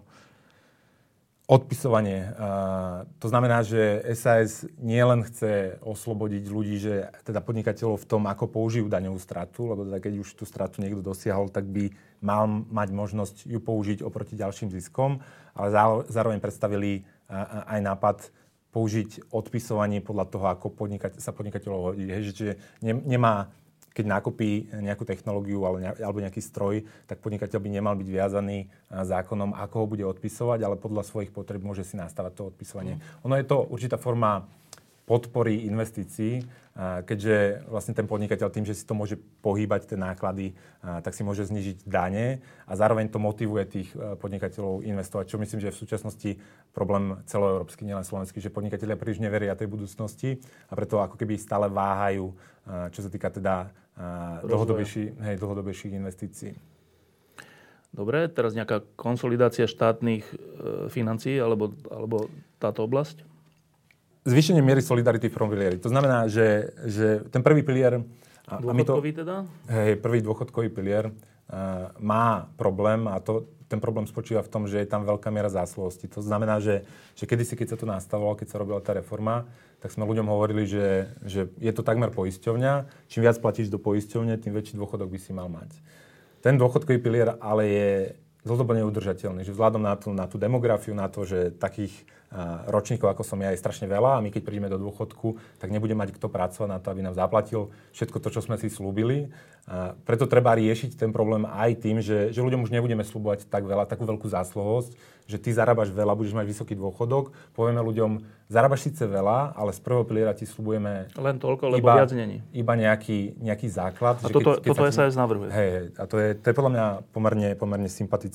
odpisovanie. To znamená, že SAS nielen chce oslobodiť ľudí, že teda podnikateľov v tom, ako použijú daňovú stratu, lebo teda keď už tú stratu niekto dosiahol, tak by mal mať možnosť ju použiť oproti ďalším ziskom, ale zároveň predstavili aj nápad použiť odpisovanie podľa toho, ako sa podnikateľov hodí. Čiže nemá, keď nákupí nejakú technológiu alebo nejaký stroj, tak podnikateľ by nemal byť viazaný zákonom, ako ho bude odpisovať, ale podľa svojich potreb môže si nastavať to odpisovanie. Ono je to určitá forma podpory investícií, keďže vlastne ten podnikateľ tým, že si to môže pohýbať tie náklady, tak si môže znižiť dane a zároveň to motivuje tých podnikateľov investovať, čo myslím, že je v súčasnosti problém celoeurópsky, nielen slovenský, že podnikatelia príliš neveria tej budúcnosti a preto ako keby stále váhajú, čo sa týka teda dlhodobejších investícií. Dobre, teraz nejaká konsolidácia štátnych financií alebo táto oblasť? Zvýšenie miery solidarity v prvom pilieri. To znamená, že ten prvý pilier... Dôchodkový teda? Prvý dôchodkový pilier má problém a ten problém spočíva v tom, že je tam veľká miera zásluhosti. To znamená, že kedysi, keď sa to nastavovalo, keď sa robila tá reforma, tak sme ľuďom hovorili, že je to takmer poisťovňa. Čím viac platíš do poisťovne, tým väčší dôchodok by si mal mať. Ten dôchodkový pilier ale je dlhodobo neudržateľný, že vzhľadom na tú demografiu, na to, že takých ročníkov, ako som ja, je strašne veľa a my, keď prídeme do dôchodku, tak nebude mať kto pracovať na to, aby nám zaplatil všetko to, čo sme si slúbili. Preto treba riešiť ten problém aj tým, že ľuďom už nebudeme slúbovať tak veľa, takú veľkú zásluhovosť, že ty zarábaš veľa, budeš mať vysoký dôchodok. Povieme ľuďom, zarábaš síce veľa, ale z prvého piliera ti slúbujeme len toľko, lebo viac není. Iba nejaký základ. A toto SAS navrhuje. A to je podľa mňa pomerne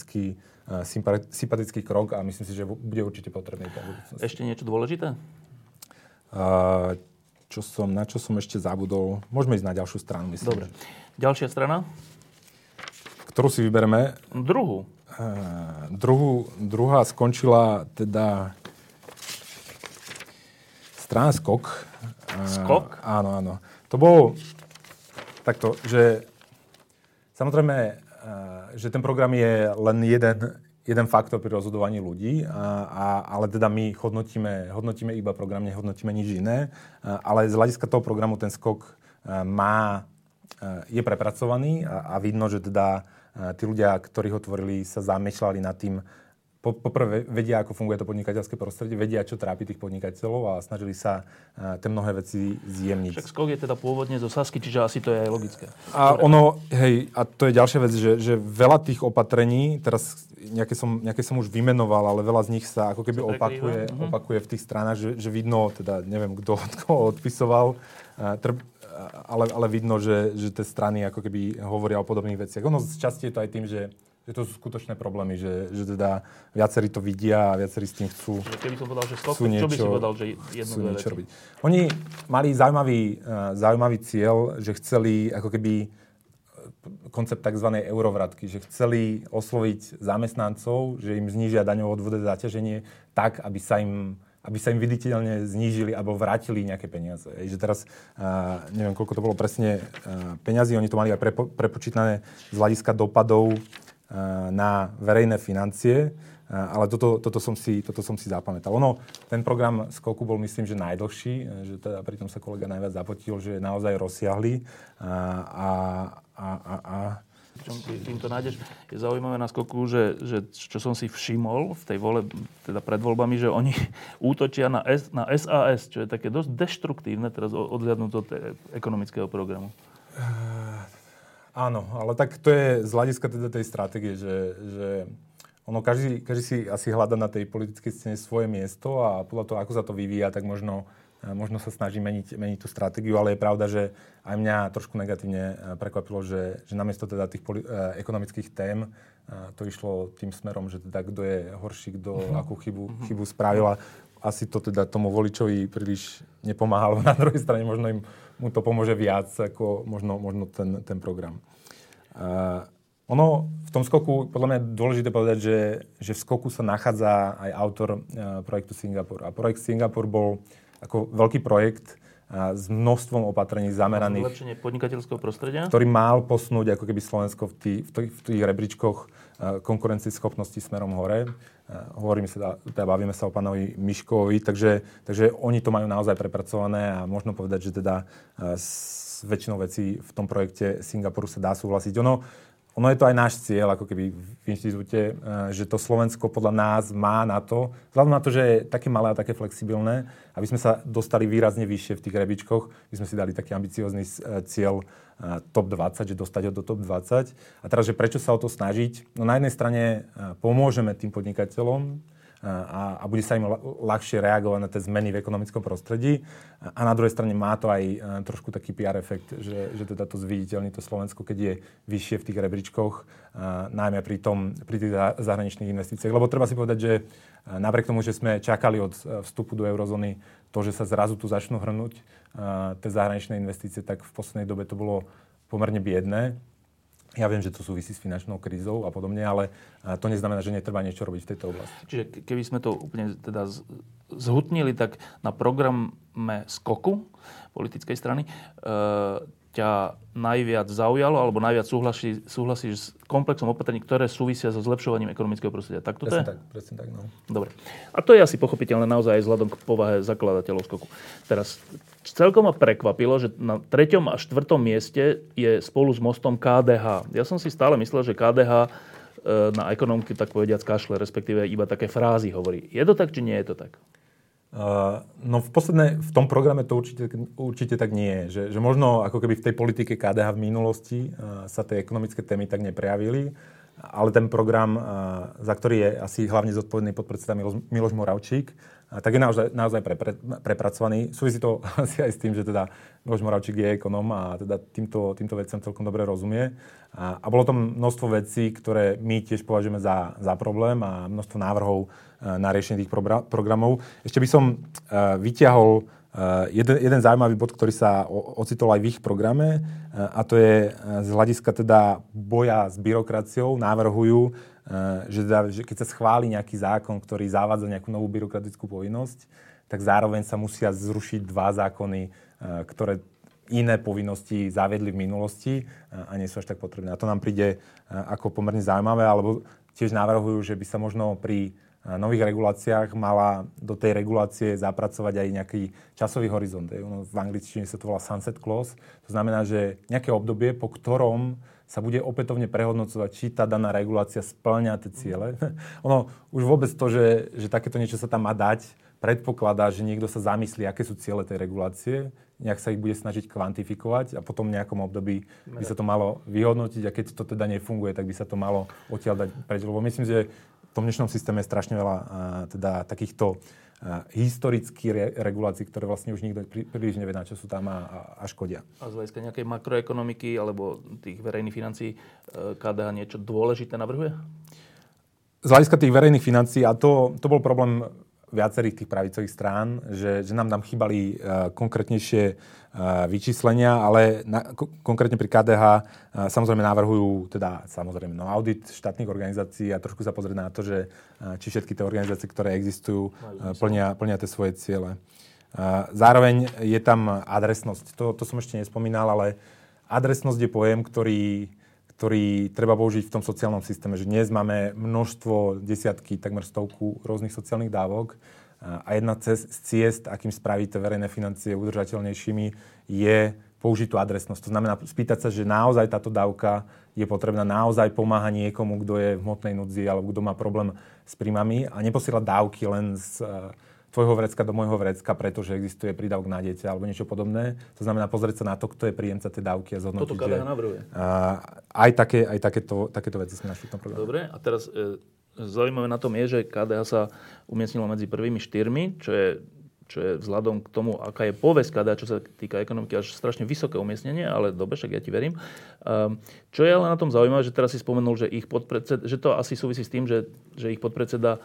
sympatický krok a myslím si, že bude určite potrebný. Ešte niečo dôležité? Na čo som ešte zabudol? Môžeme ísť na ďalšiu stranu, myslím. Dobre. Ďalšia strana? Ktorú si vybereme? Druhú. Druhá skončila teda strana Skok. Skok? Áno. To bolo takto, že samozrejme, že ten program je len jeden faktor pri rozhodovaní ľudí, ale teda my hodnotíme iba program, nehodnotíme nič iné. Ale z hľadiska toho programu ten Skok je prepracovaný a vidno, že teda tí ľudia, ktorí ho tvorili, sa zamýšľali nad tým. Poprvé vedia, ako funguje to podnikateľské prostredie, vedia, čo trápi tých podnikateľov a snažili sa tie mnohé veci zjemniť. Však Skok je teda pôvodne zo Sasky, čiže asi to je aj logické. A to je ďalšia vec, že veľa tých opatrení, teraz nejaké som už vymenoval, ale veľa z nich sa ako keby opakuje v tých stranách, že vidno, teda neviem, kto odpisoval, ale vidno, že tie strany ako keby hovoria o podobných veciach. Ono z časti je to aj tým, že to sú skutočné problémy, že teda viacerí to vidia a viacerí s tým chcú. Keby som povedal, že Skok, čo by si povedal, že jedno, dve veci? Robiť. Oni mali zaujímavý cieľ, že chceli ako keby koncept tzv. Eurovratky, že chceli osloviť zamestnancov, že im znížia daňové odvodové zaťaženie tak, aby sa im viditeľne znížili alebo vrátili nejaké peniaze. Že teraz, neviem, koľko to bolo presne peňazí, oni to mali aj prepočítané z hľadiska dopadov na verejné financie, ale toto som si zapamätal. Ten program Skoku bol, myslím, že najdlhší, že teda pritom sa kolega najviac zapotil, že je naozaj rozsiahly Tým to nájdeš. Je zaujímavé na Skoku, že čo som si všimol v tej vole, teda pred voľbami, že oni útočia na SAS, čo je také dosť deštruktívne, teraz odhľadnúť od ekonomického programu. Áno, ale tak to je z hľadiska teda tej stratégie, že každý si asi hľada na tej politickej scéne svoje miesto a podľa toho, ako sa to vyvíja, tak možno sa snaží meniť tú stratégiu, ale je pravda, že aj mňa trošku negatívne prekvapilo, že namiesto teda tých ekonomických tém to išlo tým smerom, že teda kto je horší, kto akú chybu spravila. Asi to teda tomu voličovi príliš nepomáhalo. Na druhej strane možno mu to pomôže viac ako možno ten program. Ono v tom skoku, podľa mňa je dôležité povedať, že v skoku sa nachádza aj autor projektu Singapur. A projekt Singapur bol ako veľký projekt s množstvom opatrení zameraných... Zlepšenie podnikateľského prostredia? Ktorý mal posunúť ako keby Slovensko v tých rebríčkoch konkurencieschopnosti smerom hore. Bavíme sa o pánovi Miškovi, takže oni to majú naozaj prepracované a možno povedať, že teda s väčšinou vecí v tom projekte Singapuru sa dá súhlasiť. Ono je to aj náš cieľ, ako keby v inštitúte, že to Slovensko podľa nás má na to, vzhľadom na to, že je také malé a také flexibilné, aby sme sa dostali výrazne vyššie v tých rebríčkoch, my sme si dali taký ambiciózny cieľ top 20, že dostať ho do top 20. A teraz, že prečo sa o to snažiť? No na jednej strane pomôžeme tým podnikateľom, a bude sa im ľahšie reagovať na tie zmeny v ekonomickom prostredí. A na druhej strane má to aj trošku taký PR efekt, že teda to zviditeľní to Slovensko, keď je vyššie v tých rebríčkoch, najmä pri tých zahraničných investíciách. Lebo treba si povedať, že napriek tomu, že sme čakali od vstupu do eurozóny to, že sa zrazu tu začnú hrnúť tie zahraničné investície, tak v poslednej dobe to bolo pomerne biedné. Ja viem, že to súvisí s finančnou krízou a podobne, ale to neznamená, že netreba niečo robiť v tejto oblasti. Čiže keby sme to úplne teda zhutnili, tak na programe skoku politickej strany ťa najviac zaujalo alebo najviac súhlasíš s komplexom opatrení, ktoré súvisia so zlepšovaním ekonomického prostredia. Tak toto je? Presne tak, no. Dobre. A to je asi pochopiteľné naozaj aj vzhľadom k povahe zakladateľov skoku. Teraz celkom ma prekvapilo, že na 3. a 4. mieste je spolu s mostom KDH. Ja som si stále myslel, že KDH na ekonomky tak povediac kašle, respektíve iba také frázy hovorí. Je to tak, či nie je to tak? No v tom programe to určite tak nie je. Že možno ako keby v tej politike KDH v minulosti sa tie ekonomické témy tak neprejavili, ale ten program, za ktorý je asi hlavne zodpovedný podpredseda Miloš Moravčík, tak je naozaj prepracovaný. Súvisí to asi aj s tým, že teda Miloš Moravčík je ekonóm a teda týmto veciam celkom dobre rozumie. A bolo tam množstvo vecí, ktoré my tiež považujeme za problém a množstvo návrhov na riešenie tých programov. Ešte by som vyťahol jeden zaujímavý bod, ktorý sa ocitol aj v ich programe, a to je z hľadiska teda boja s byrokraciou. Navrhujú, že keď sa schváli nejaký zákon, ktorý zavádza nejakú novú byrokratickú povinnosť, tak zároveň sa musia zrušiť 2 zákony, ktoré iné povinnosti zaviedli v minulosti a nie sú až tak potrebné. A to nám príde ako pomerne zaujímavé, alebo tiež navrhujú, že by sa možno pri nových reguláciách mala do tej regulácie zapracovať aj nejaký časový horizont. V angličtine sa to volá sunset clause. To znamená, že nejaké obdobie, po ktorom sa bude opätovne prehodnocovať, či tá daná regulácia spĺňa tie ciele. Ono už vôbec to, že takéto niečo sa tam má dať, predpokladá, že niekto sa zamyslí, aké sú ciele tej regulácie, nejak sa ich bude snažiť kvantifikovať a potom v nejakom období by sa to malo vyhodnotiť a keď to teda nefunguje, tak by sa to malo odtiaľ dať preč. Lebo myslím, že v tom dnešnom systéme je strašne veľa teda takýchto historických regulácií, ktoré vlastne už nikto príliš nevie, na čo sú tam a škodia. A z hľadiska nejakej makroekonomiky alebo tých verejných financií KDH niečo dôležité navrhuje? Z hľadiska tých verejných financií, a to bol problém viacerých tých pravicových strán, že nám tam chýbali konkrétnejšie vyčíslenia, ale konkrétne pri KDH samozrejme navrhujú audit štátnych organizácií a trošku sa pozrieť na to, že či všetky tie organizácie, ktoré existujú, plnia tie svoje ciele. Zároveň je tam adresnosť. To som ešte nespomínal, ale adresnosť je pojem, ktorý treba použiť v tom sociálnom systéme. Že dnes máme množstvo, desiatky, takmer 100 rôznych sociálnych dávok a jedna z ciest, akým spraviť tie verejné financie udržateľnejšími, je použiť tú adresnosť. To znamená spýtať sa, že naozaj táto dávka je potrebná, naozaj pomáha niekomu, kto je v hmotnej núdzi alebo kto má problém s príjmami a neposielať dávky len z tvojho vrecka do môjho vrecka, pretože existuje prídavok na dieťa alebo niečo podobné. To znamená pozrieť sa na to, kto je príjemca tej dávky a zhodnotiť, toto KDH navrhuje. Aj takéto veci sme našli v tom programe. Dobre, a teraz zaujímavé na tom je, že KDH sa umiestnilo medzi prvými 4, čo je vzhľadom k tomu, aká je povesť KDH, čo sa týka ekonomiky, až strašne vysoké umiestnenie, ale dobre, však ja ti verím. Čo je ale na tom zaujímavé, že teraz si spomenul, že ich podpredseda, že to asi súvisí s tým, že ich podpredseda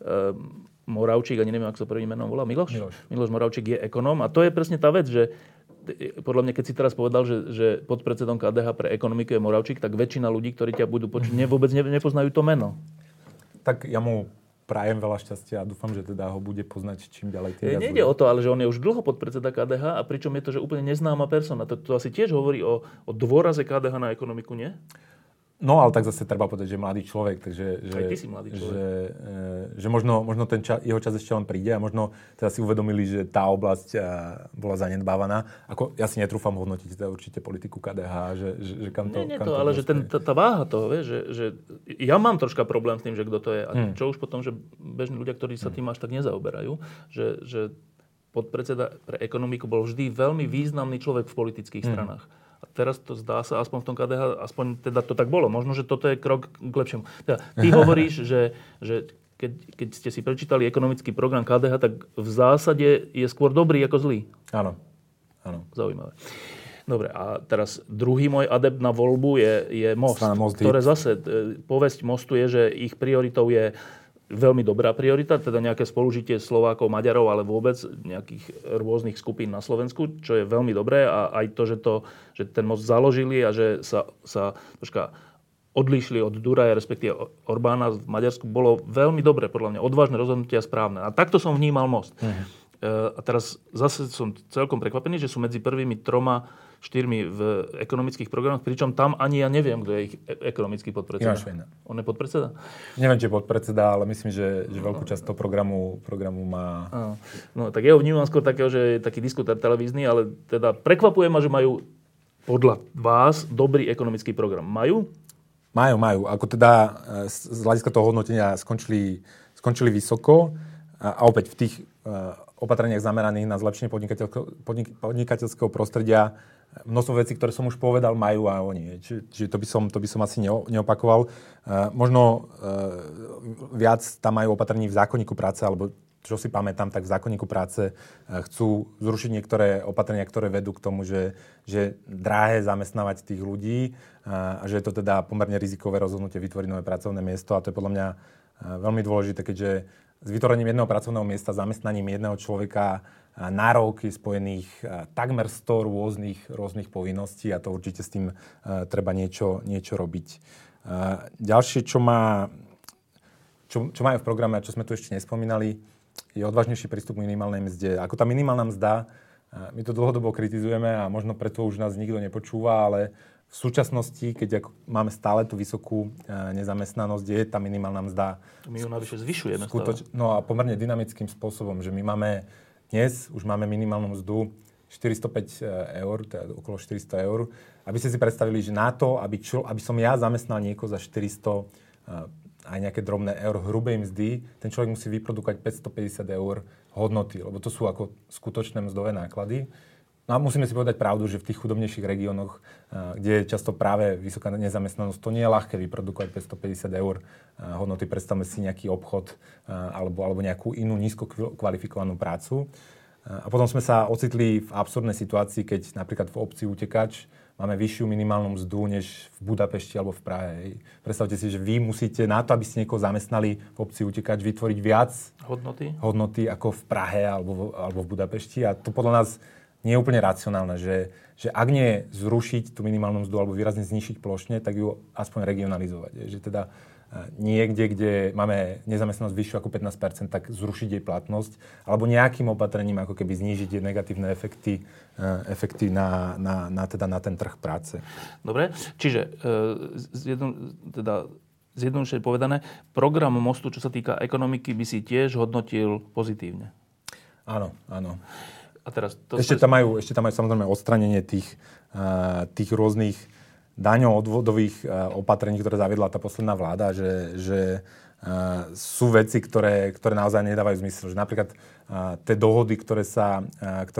Moravčík, ani neviem, ako sa prvým menom volá, Miloš Moravčík je ekonóm. A to je presne tá vec, že podľa mňa, keď si teraz povedal, že podpredsedom KDH pre ekonomiku je Moravčík, tak väčšina ľudí, ktorí ťa budú počuť, vôbec nepoznajú to meno. Tak ja mu prajem veľa šťastia a dúfam, že teda ho bude poznať čím ďalej. Nejde o to, ale že on je už dlho podpredseda KDH a pričom je to, že úplne neznáma persona. To asi tiež hovorí o dôraze KDH na ekonomiku, nie? No, ale tak zase treba povedať, že mladý človek, takže... Aj ty si mladý človek. Že možno ten jeho čas ešte len príde a možno teda si uvedomili, že tá oblasť bola zanedbávaná. Ako, ja si netrúfam hodnotiť teda určite politiku KDH, že kam to... Nie to, ale že tá váha toho, že ja mám troška problém s tým, že kto to je. A čo už potom, že bežní ľudia, ktorí sa tým až tak nezaoberajú, že podpredseda pre ekonomiku bol vždy veľmi významný človek v politických stranách. A teraz to zdá sa, aspoň v tom KDH, aspoň teda to tak bolo. Možno, že toto je krok k lepšiemu. Teda, ty hovoríš, že keď ste si prečítali ekonomický program KDH, tak v zásade je skôr dobrý ako zlý. Áno. Zaujímavé. Dobre, a teraz druhý môj adept na voľbu je Most. Ktoré zase, povesť Mostu je, že ich prioritou je veľmi dobrá priorita, teda nejaké spolužitie Slovákov, Maďarov, ale vôbec nejakých rôznych skupín na Slovensku, čo je veľmi dobré a aj to, že ten most založili a že sa odlíšili od Duraja, respektíve Orbána v Maďarsku, bolo veľmi dobré, podľa mňa, odvážne rozhodnutie a správne. A takto som vnímal Most. A teraz zase som celkom prekvapený, že sú medzi prvými 3-4 v ekonomických programoch, pričom tam ani ja neviem, kto je ich ekonomický podpredseda. Ivan Švejna. On je podpredseda? Neviem, či je podpredseda, ale myslím, že veľkú časť toho programu má... No, tak ja ho vnímam skôr takého, že je taký diskutér televízny, ale teda prekvapuje ma, že majú podľa vás dobrý ekonomický program. Majú? Majú. Ako teda z hľadiska toho hodnotenia skončili vysoko a opäť v tých opatreniach zameraných na zlepšenie podnikateľského prostredia. Množstvo vecí, ktoré som už povedal, majú a oni. Čiže to by som asi neopakoval. Možno viac tam majú opatrení v zákonníku práce, alebo čo si pamätám, tak v zákonníku práce chcú zrušiť niektoré opatrenia, ktoré vedú k tomu, že drahé zamestnávať tých ľudí a že je to teda pomerne rizikové rozhodnutie vytvoriť nové pracovné miesto. A to je podľa mňa veľmi dôležité, keďže s vytvorením jedného pracovného miesta, zamestnaním jedného človeka na rok je spojených takmer 100 rôznych povinností a to určite s tým treba niečo robiť. Ďalšie, čo majú v programe a čo sme tu ešte nespomínali, je odvážnejší prístup k minimálnej mzde. Ako tá minimálna mzda, my to dlhodobo kritizujeme a možno preto už nás nikto nepočúva, ale v súčasnosti, keď máme stále tú vysokú nezamestnanosť, je tá minimálna mzda. My ju navyše zvyšujeme No a pomerne dynamickým spôsobom, že my už máme minimálnu mzdu 405 eur, teda okolo 400 eur. Aby ste si predstavili, že na to, aby som ja zamestnal niekoho za 400 aj nejaké drobné eur hrubej mzdy, ten človek musí vyprodukovať 550 eur hodnoty, lebo to sú ako skutočné mzdové náklady. No a musíme si povedať pravdu, že v tých chudobnejších regiónoch, kde je často práve vysoká nezamestnanosť, to nie je ľahké vyprodukovať 550 eur hodnoty. Predstavme si nejaký obchod alebo nejakú inú nízko kvalifikovanú prácu. A potom sme sa ocitli v absurdnej situácii, keď napríklad v obci Utekač máme vyššiu minimálnu mzdu než v Budapešti alebo v Prahe. Predstavte si, že vy musíte na to, aby ste niekoho zamestnali v obci Utekač, vytvoriť viac hodnoty ako v Prahe alebo v Budapešti. A to podľa nás nie je úplne racionálne, že ak nie zrušiť tú minimálnu mzdu alebo výrazne znišiť plošne, tak ju aspoň regionalizovať. Že teda niekde, kde máme nezamestnanosť vyššiu ako 15%, tak zrušiť jej platnosť alebo nejakým opatrením ako keby znížiť negatívne efekty na ten trh práce. Dobre, čiže zjednodušene povedané, program Mostu, čo sa týka ekonomiky, by si tiež hodnotil pozitívne. Áno. A teraz ešte tam majú samozrejme odstranenie tých rôznych daňovo-odvodových opatrení, ktoré zaviedla tá posledná vláda, že sú veci, ktoré naozaj nedávajú zmysel. Že napríklad tie dohody,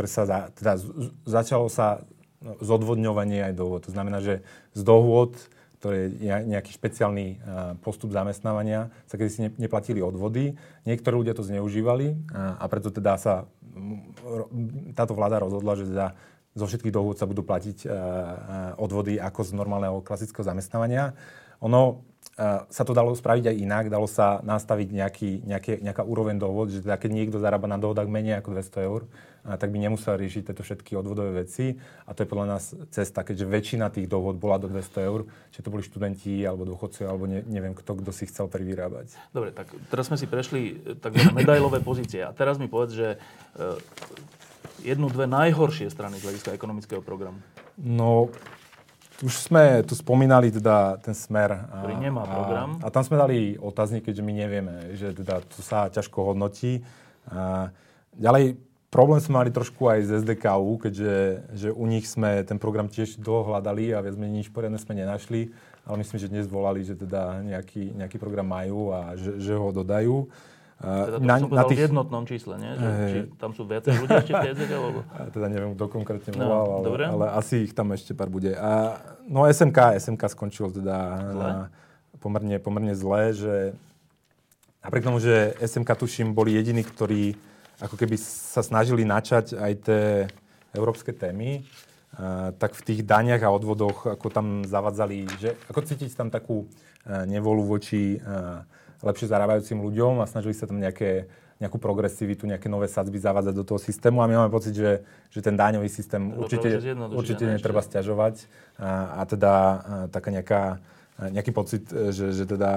začalo sa zodvodňovanie aj dohod. To znamená, že z dohôd ktoré je nejaký špeciálny postup zamestnávania, sa kedysi neplatili odvody. Niektorí ľudia to zneužívali a preto teda sa táto vláda rozhodla, že teda zo všetkých dohôd sa budú platiť odvody ako z normálneho klasického zamestnávania. Ono sa to dalo spraviť aj inak, dalo sa nastaviť nejaká úroveň dohod, že teda keď niekto zarába na dohodách menej ako 200 eur, tak by nemusel riešiť tieto všetky odvodové veci. A to je podľa nás cesta, keďže väčšina tých dohod bola do 200 eur, či to boli študenti, alebo dôchodci, alebo neviem kto si chcel privyrábať. Dobre, tak teraz sme si prešli takzvané medailové pozície. A teraz mi povedz, že jednu, dve najhoršie strany z hľadiska ekonomického programu. No, už sme tu spomínali teda ten Smer. Ktorý nemá program. A tam sme dali otáznik, keďže my nevieme, že teda to sa ťažko hodnotí. Ďalej, problém sme mali trošku aj z SDKU, keďže že u nich sme ten program tiež dlho hľadali a viac menej nič poriadne sme nenašli. Ale myslím, že dnes volali, že teda nejaký program majú a že ho dodajú. Teda to som povedal v jednotnom čísle, nie? Že, či tam sú viacej ľudia ešte v tej SDK? Teda neviem, kto konkrétne volal, no, ale asi ich tam ešte pár bude. No SMK skončil teda pomerne zle, že napriek tomu, že SMK tuším boli jediní, ktorí ako keby sa snažili načať aj tie európske témy, tak v tých daniach a odvodoch ako tam zavadzali, že ako cítiť tam takú nevolu voči lepšie zarábajúcim ľuďom a snažili sa tam nejakú progresivitu, nejaké nové sadzby zavádzať do toho systému a my máme pocit, že ten daňový systém určite netreba sťažovať a teda taká nejaký pocit, že teda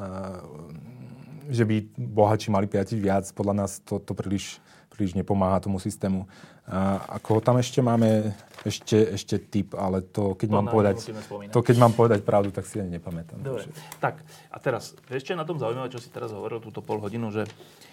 že by bohatší mali platiť viac, podľa nás to príliš nepomáha tomu systému. Ako tam ešte máme ešte tip, ale to keď mám povedať pravdu, tak si ani nepamätám. Dobre. Tak, a teraz, ešte na tom zaujímavé, čo si teraz hovoril túto pol hodinu, že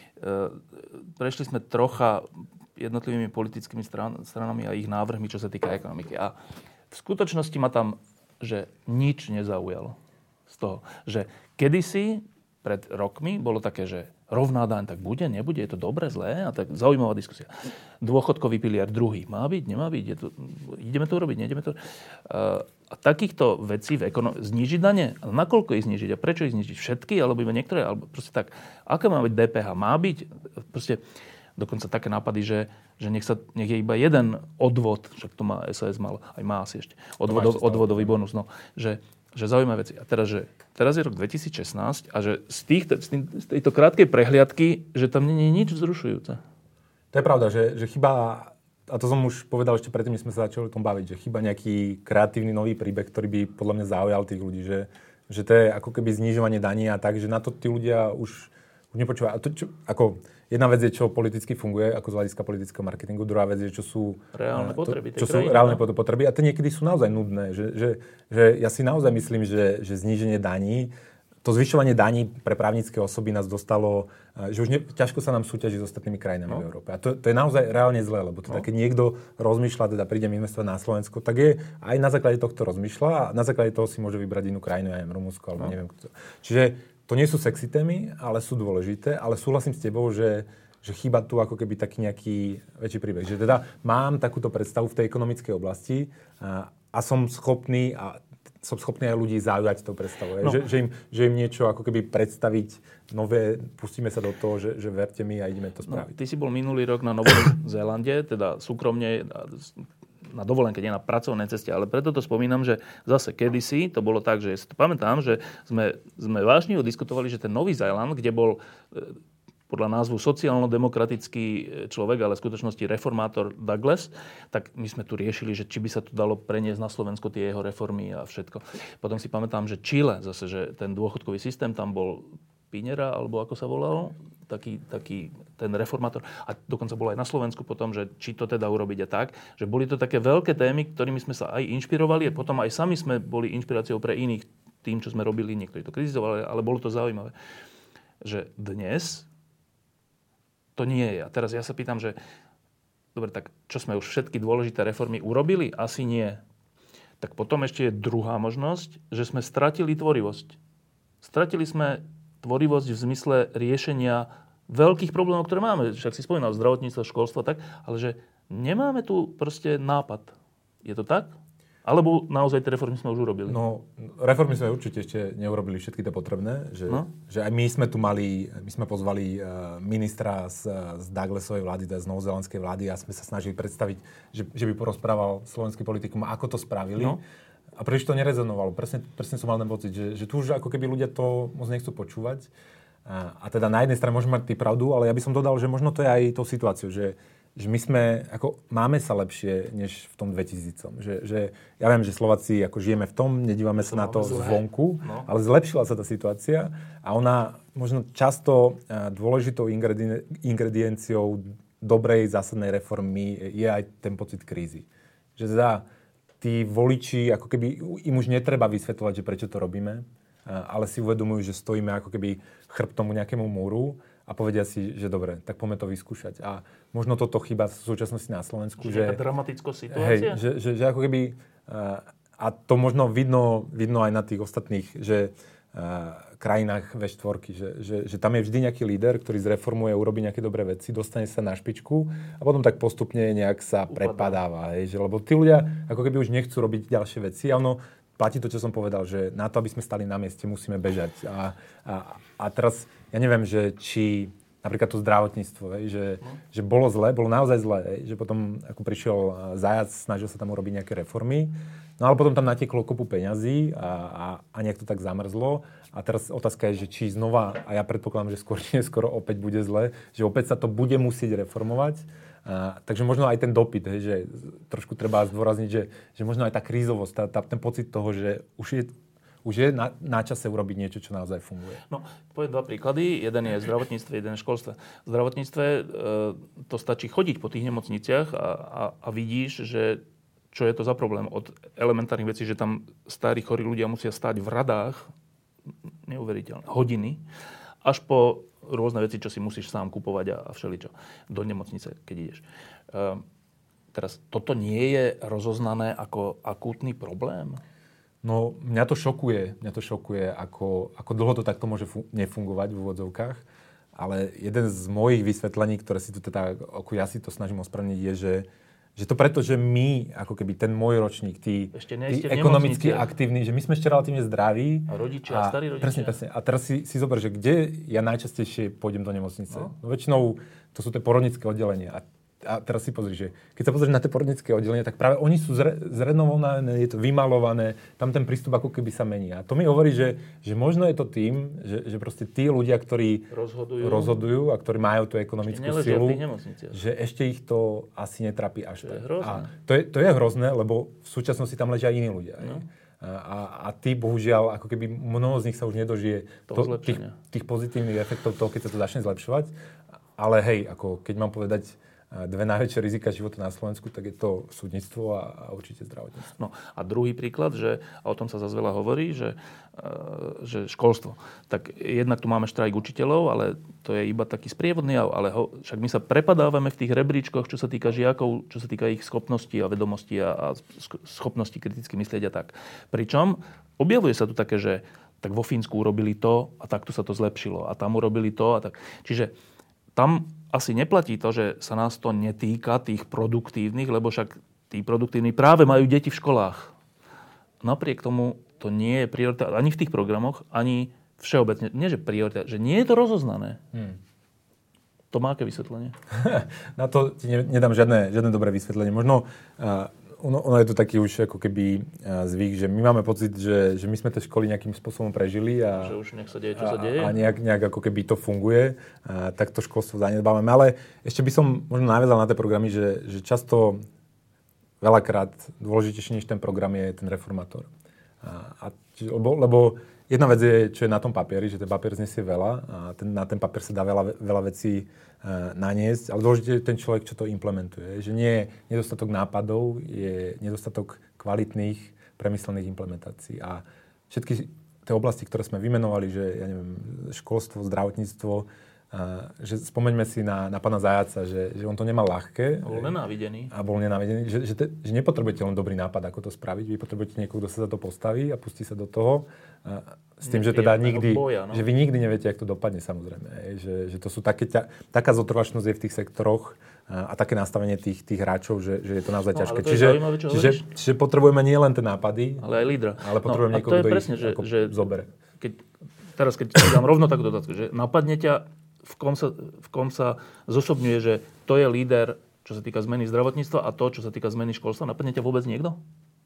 prešli sme trocha jednotlivými politickými stranami a ich návrhmi, čo sa týka ekonomiky. A v skutočnosti ma tam, že nič nezaujalo z toho, že kedysi pred rokmi bolo také, že rovná daň, tak bude, nebude, je to dobre, zlé? A tak zaujímavá diskusia. Dôchodkový pilier druhý. Má byť, nemá byť? Ideme to urobiť, neideme to? A takýchto vecí v znížiť dane? A nakoľko ich znížiť? A prečo ich znížiť? Všetky? Alebo iba niektoré? Alebo proste tak. Aká má byť DPH? Má byť? Proste dokonca také nápady, že nech je iba jeden odvod, však to má SAS mal, aj má asi ešte, odvodový bonus, no, že zaujímavé veci. A teraz je rok 2016 a že z tejto krátkej prehliadky, že tam nie je nič vzrušujúce. To je pravda, že chyba, a to som už povedal ešte predtým, než sme sa začali o tom baviť, že chyba nejaký kreatívny nový príbeh, ktorý by podľa mňa zaujal tých ľudí, že to je ako keby znižovanie daní a tak, že na to tí ľudia už nepočúvajú. A to, jedna vec je, čo politicky funguje, ako z hľadiska politického marketingu, druhá vec je, čo sú reálne potreby. Čo sú reálne potreby. A to niekedy sú naozaj nudné. Že ja si naozaj myslím, že zníženie daní, to zvyšovanie daní pre právnické osoby nás dostalo, že už ťažko sa nám súťaží s ostatnými krajinami v Európe. A to je naozaj reálne zlé, lebo teda, keď niekto rozmýšľa, teda prídem investovať na Slovensko, tak je aj na základe tohto rozmýšľa a na základe toho si môže vybrať inú krajinu, ja neviem, Rumunsko alebo neviem kto. Čiže to nie sú sexy témy, ale sú dôležité, ale súhlasím s tebou, že chýba tu ako keby taký nejaký väčší príbeh. Že teda mám takúto predstavu v tej ekonomickej oblasti a som schopný aj ľudí zaujať tou predstavou. No. Že im niečo ako keby predstaviť nové, pustíme sa do toho, že verte mi a ideme to spraviť. No, ty si bol minulý rok na Novom Zélande, teda súkromne na dovolenke, nie na pracovnej ceste, ale preto to spomínam, že zase kedysi to bolo tak, že ja si to pamätám, že sme vážne diskutovali, že ten Nový Zéland, kde bol podľa názvu sociálno-demokratický človek, ale v skutočnosti reformátor Douglas, tak my sme tu riešili, že či by sa to dalo preniesť na Slovensko tie jeho reformy a všetko. Potom si pamätám, že Chile, zase, že ten dôchodkový systém, tam bol Pinera, alebo ako sa volal, taký ten reformátor. A dokonca bol aj na Slovensku potom, že či to teda urobiť a tak. Že boli to také veľké témy, ktorými sme sa aj inšpirovali a potom aj sami sme boli inšpiráciou pre iných tým, čo sme robili. Niektorí to kritizovali, ale bolo to zaujímavé. Že dnes to nie je. A teraz ja sa pýtam, že dobre, tak čo sme už všetky dôležité reformy urobili? Asi nie. Tak potom ešte je druhá možnosť, že sme stratili tvorivosť. Stratili sme tvorivosť v zmysle riešenia veľkých problémov, ktoré máme. Však si spomínal zdravotníctvo, školstvo, tak, ale že nemáme tu proste nápad. Je to tak? Alebo naozaj tie reformy sme už urobili? No, reformy sme určite ešte neurobili všetky tie potrebné. Že aj my sme pozvali ministra z Douglasovej vlády, z novozélandskej vlády a sme sa snažili predstaviť, že by porozprával slovenským politikom, ako to spravili. No. A príliš to nerezonovalo. Presne som mal ten pocit, že tu už ako keby ľudia to moc nechcú počúvať. A teda na jednej strane môžeme mať pravdu, ale ja by som dodal, že možno to je aj tou situáciou, že my máme sa lepšie než v tom 2000. Že ja viem, že Slováci ako žijeme v tom, nedívame sa na to zvonku, ale zlepšila sa tá situácia a ona možno často dôležitou ingredienciou dobrej zásadnej reformy je aj ten pocit krízy. Že teda tí voliči, ako keby im už netreba vysvetľovať, že prečo to robíme, ale si uvedomujú, že stojíme ako keby chrbtom nejakému múru a povedia si, že dobre, tak poďme to vyskúšať. A možno toto chýba v súčasnosti na Slovensku. Že dramatická situácia? Že ako keby... A to možno vidno aj na tých ostatných, že krajinách V4, že tam je vždy nejaký líder, ktorý zreformuje, urobí nejaké dobré veci, dostane sa na špičku a potom tak postupne nejak sa prepadáva. Lebo tí ľudia ako keby už nechcú robiť ďalšie veci a ono platí to, čo som povedal, že na to, aby sme stali na mieste, musíme bežať. A teraz, ja neviem, že či napríklad to zdravotníctvo, že bolo naozaj zlé, že potom ako prišiel Zajac, snažil sa tam urobiť nejaké reformy, no ale potom tam natieklo kopu peňazí a nejak to tak zamrzlo. A teraz otázka je, že či znova, a ja predpokladám, že skoro opäť bude zle, že opäť sa to bude musieť reformovať. Takže možno aj ten dopyt, že trošku treba zdôrazniť, že možno aj tá krízovosť, ten pocit toho, že už je na čase urobiť niečo, čo naozaj funguje. No, poviem dva príklady. Jeden je zdravotníctve, jeden je školstvo. V zdravotníctve to stačí chodiť po tých nemocniciach a vidíš, že čo je to za problém. Od elementárnych vecí, že tam starí, chorí ľudia musia stáť v radách, neuveriteľné, hodiny, až po rôzne veci, čo si musíš sám kupovať a všeličo. Do nemocnice, keď ideš. Teraz, toto nie je rozoznané ako akútny problém? No, mňa to šokuje, ako dlho to takto môže nefungovať v úvodzovkách. Ale jeden z mojich vysvetlení, ktoré si tu teda, ako ja si to snažím ospravedlniť, je, že to preto, že my, ako keby ten môj ročník, tí ekonomicky aktívni, že my sme ešte relatívne zdraví. A rodičia, starí rodičia. Presne. A teraz si zober, že kde ja najčastejšie pôjdem do nemocnice? No väčšinou to sú tie porodnické oddelenia. A teraz si pozri, že keď sa pozrieš na tie porodnické oddelenia, tak práve oni sú zrenovované, je to vymalované, tam ten prístup ako keby sa mení. A to mi hovorí, že možno je to tým, že proste tí ľudia, ktorí rozhodujú a ktorí majú tú ekonomickú silu, že ešte ich to asi netrapí až tak. A to je hrozné, lebo v súčasnosti tam ležia iní ľudia. No. A tí, bohužiaľ, ako keby mnoho z nich sa už nedožije tých pozitívnych efektov toho, keď sa to začne zlepšovať. Ale hej, ako keď mám povedať dve najväčšie rizika života na Slovensku, tak je to súdnictvo a určite zdravotníctvo. No a druhý príklad, a o tom sa zase veľa hovorí, že školstvo. Tak jednak tu máme štrajk učiteľov, ale to je iba taký sprievodný jav, ale však my sa prepadávame v tých rebríčkoch, čo sa týka žiakov, čo sa týka ich schopností a vedomostí a schopností kriticky myslieť a tak. Pričom objavuje sa tu také, že tak vo Fínsku urobili to a takto sa to zlepšilo a tam urobili to a tak. Čiže tam asi neplatí to, že sa nás to netýka, tých produktívnych, lebo však tí produktívni práve majú deti v školách. Napriek tomu to nie je priorita ani v tých programoch, ani všeobecne. Nie, že priorita, že nie je to rozoznané. To má aké vysvetlenie? Na to ti nedám žiadne dobré vysvetlenie. Možno ono je to taký už ako keby zvyk, že my máme pocit, že my sme tie školy nejakým spôsobom prežili a že už nech sa deje, čo sa deje. A nejak ako keby to funguje, tak to školstvo zanedbávame. Ale ešte by som možno naviazal na tie programy, že často veľakrát dôležitejší než ten program je ten reformátor. Lebo jedna vec je, čo je na tom papieri, že ten papier znesie veľa a na ten papier sa dá veľa vecí naniesť, ale dôležité je ten človek, čo to implementuje. Že nie je nedostatok nápadov, je nedostatok kvalitných, premyslených implementácií. A všetky tie oblasti, ktoré sme vymenovali, že ja neviem, školstvo, zdravotníctvo, že spomeňme si na pána Zajaca, že on to nemal ľahké. A bol nenávidený. Že nepotrebujete len dobrý nápad, ako to spraviť. Vy potrebujete niekoho, kto sa za to postaví a pustí sa do toho. S tým, že teda že vy nikdy neviete, jak to dopadne, samozrejme. Že to sú taká zotrvačnosť je v tých sektoroch a také nastavenie tých hráčov, že je to naozaj ťažké. Čiže potrebujeme nie len tie nápady, ale aj lídra. Ale potrebujeme niekoho, kto ich zobere. Teraz, keď ti dám rovno takú dotázku, že napadne ťa, v kom sa zosobňuje, že to je líder, čo sa týka zmeny zdravotníctva a to, čo sa týka zmeny školstva. Napadne ťa vôbec niekto?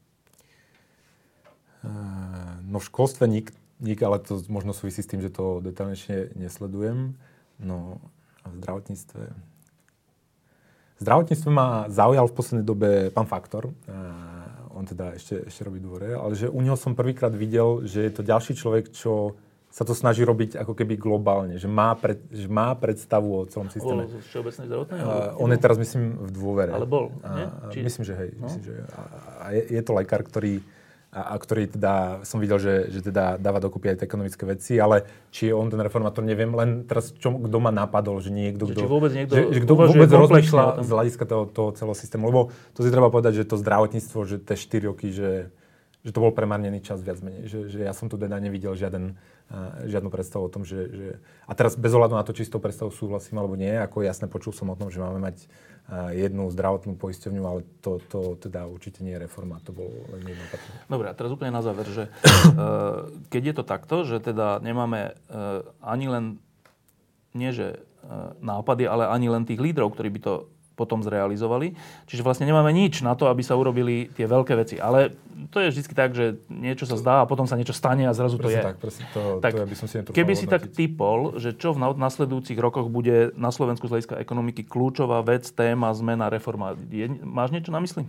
No v školstve nik, ale to možno súvisí s tým, že to detailnejšie nesledujem. No a v zdravotníctve... Zdravotníctve ma zaujal v poslednej dobe pán Faktor. On teda ešte robí dvore, ale že u neho som prvýkrát videl, že je to ďalší človek, čo sa to snaží robiť ako keby globálne, že má predstavu o celom systéme. Bol z Všeobecnej zdravotnej? On je teraz, myslím, v Dôvere. Ale bol, nie? Myslím, že hej. No? Myslím, že je to lekár, ktorý teda som videl, že teda dáva dokopy aj tie ekonomické veci, ale či je on ten reformátor, neviem. Len teraz, kto ma napadol, že niekto, kto vôbec rozmýšľa z hľadiska toho celého systému. Lebo to si treba povedať, že to zdravotníctvo, že tie 4 roky, že to bol premárnený čas viac menej. Že ja som tu teda nevidel žiadnu predstavu o tom, že... A teraz bez ohľadu na to, či s tou predstavou súhlasím alebo nie, ako jasne počul som o tom, že máme mať jednu zdravotnú poisťovňu, ale to teda určite nie je reforma, to bolo len jedno opatrenie. Dobre, a teraz úplne na záver, že keď je to takto, že teda nemáme ani len, nie že nápady, ale ani len tých lídrov, ktorí by to potom zrealizovali. Čiže vlastne nemáme nič na to, aby sa urobili tie veľké veci. Ale to je vždy tak, že niečo sa zdá a potom sa niečo stane a zrazu to je. Tak, to ja by som si netrúfal keby si hodnotiť. tak typol, že čo v nasledujúcich rokoch bude na Slovensku z hľadiska ekonomiky kľúčová vec, téma, zmena, reforma. Máš niečo na mysli?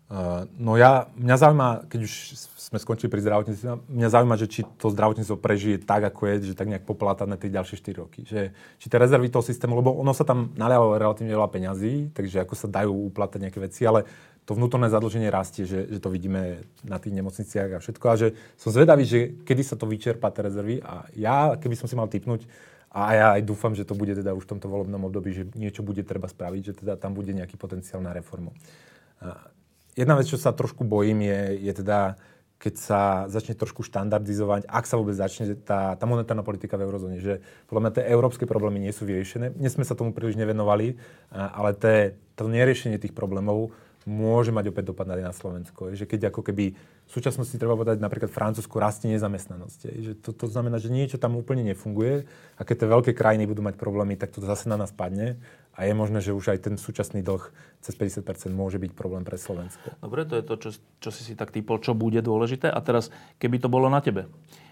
Mňa zaujíma, keď už sme skončili pri zdravotníctve, mňa zaujíma, že či to zdravotníctvo prežije tak, ako je, že tak nejak poplátané tie ďalšie 4 roky. Že, či tie rezervy toho systému, lebo ono sa tam nalialo relatívne veľa peňazí, takže ako sa dajú uplatať nejaké veci, ale to vnútorné zadlženie rastie, že to vidíme na tých nemocniciach a všetko. A že som zvedavý, že kedy sa to vyčerpá, tie rezervy. A ja, keby som si mal tipnúť, a ja aj dúfam, že to bude teda už v tomto volebnom období, že niečo bude treba spraviť, že teda tam bude nejaký potenciál na reformu. Jedna vec, čo sa trošku bojím, je teda, keď sa začne trošku štandardizovať, ak sa vôbec začne tá monetárna politika v eurozóne, že podľa mňa tie európske problémy nie sú vyriešené. Dnes sme sa tomu príliš nevenovali, ale to neriešenie tých problémov môže mať opäť dopad na Slovensko. Že keď ako keby v súčasnosti treba povedať, napríklad Francúzsku rastie nezamestnanosť. Že to znamená, že niečo tam úplne nefunguje a keď tie veľké krajiny budú mať problémy, tak to zase na nás padne a je možné, že už aj ten súčasný dlh cez 50% môže byť problém pre Slovensko. Dobre, to je to, čo si tak typol, čo bude dôležité. A teraz, keby to bolo na tebe,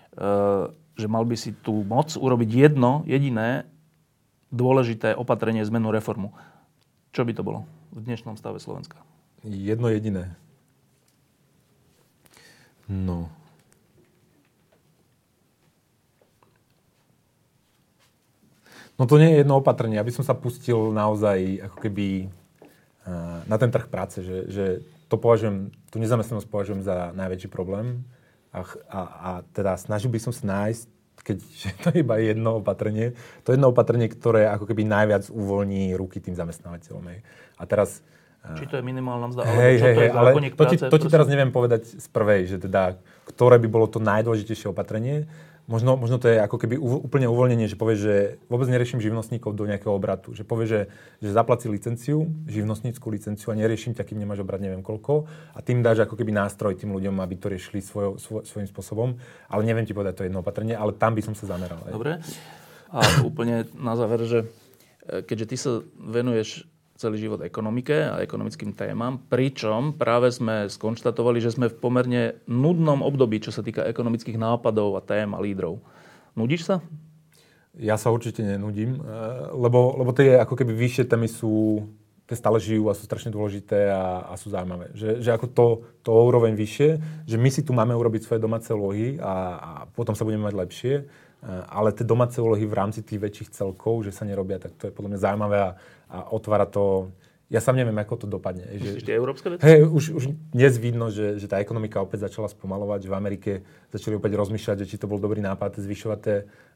že mal by si tú moc urobiť jedno jediné dôležité opatrenie, zmenu, reformu. Čo by to bolo v dnešnom stave Slovenska? Jedno jediné. No to nie je jedno opatrenie. Aby som sa pustil naozaj ako keby na ten trh práce, že to považujem, tú nezamestnanosť považujem za najväčší problém a teda snažil by som sa nájsť, keďže to je iba jedno opatrenie, ktoré ako keby najviac uvoľní ruky tým zamestnávateľom. A teraz či to je minimálna mzda, alebo čo to je zákonník práce? To ti teraz neviem povedať z prvej, že teda, ktoré by bolo to najdôležitejšie opatrenie. Možno to je ako keby úplne uvoľnenie, že povie, že vôbec neriešim živnostníkov do nejakého obratu. Že povie, že zaplaci licenciu, živnostníckú licenciu a neriešim ťa, kým nemáš obrat neviem koľko. A tým dáš ako keby nástroj tým ľuďom, aby to riešili svojím spôsobom. Ale neviem ti povedať to jedno opatrenie, ale tam by som sa zameral. Dobre. A úplne na záver, že keďže ty sa venuješ celý život ekonomike a ekonomickým témam, pričom práve sme skonštatovali, že sme v pomerne nudnom období, čo sa týka ekonomických nápadov a tém a lídrov. Nudíš sa? Ja sa určite nenudím, lebo tie ako keby vyššie témy tie stále žijú a sú strašne dôležité a sú zaujímavé. Že ako to úroveň vyššie, že my si tu máme urobiť svoje domáce úlohy a potom sa budeme mať lepšie, ale tie domáce úlohy v rámci tých väčších celkov, že sa nerobia, tak to je podľa mňa zaujímavé a otvára to... Ja sám neviem, ako to dopadne. Myslíš tie európske veci? Už dnes vidno, že tá ekonomika opäť začala spomalovať, že v Amerike začali opäť rozmýšľať, že či to bol dobrý nápad zvyšovať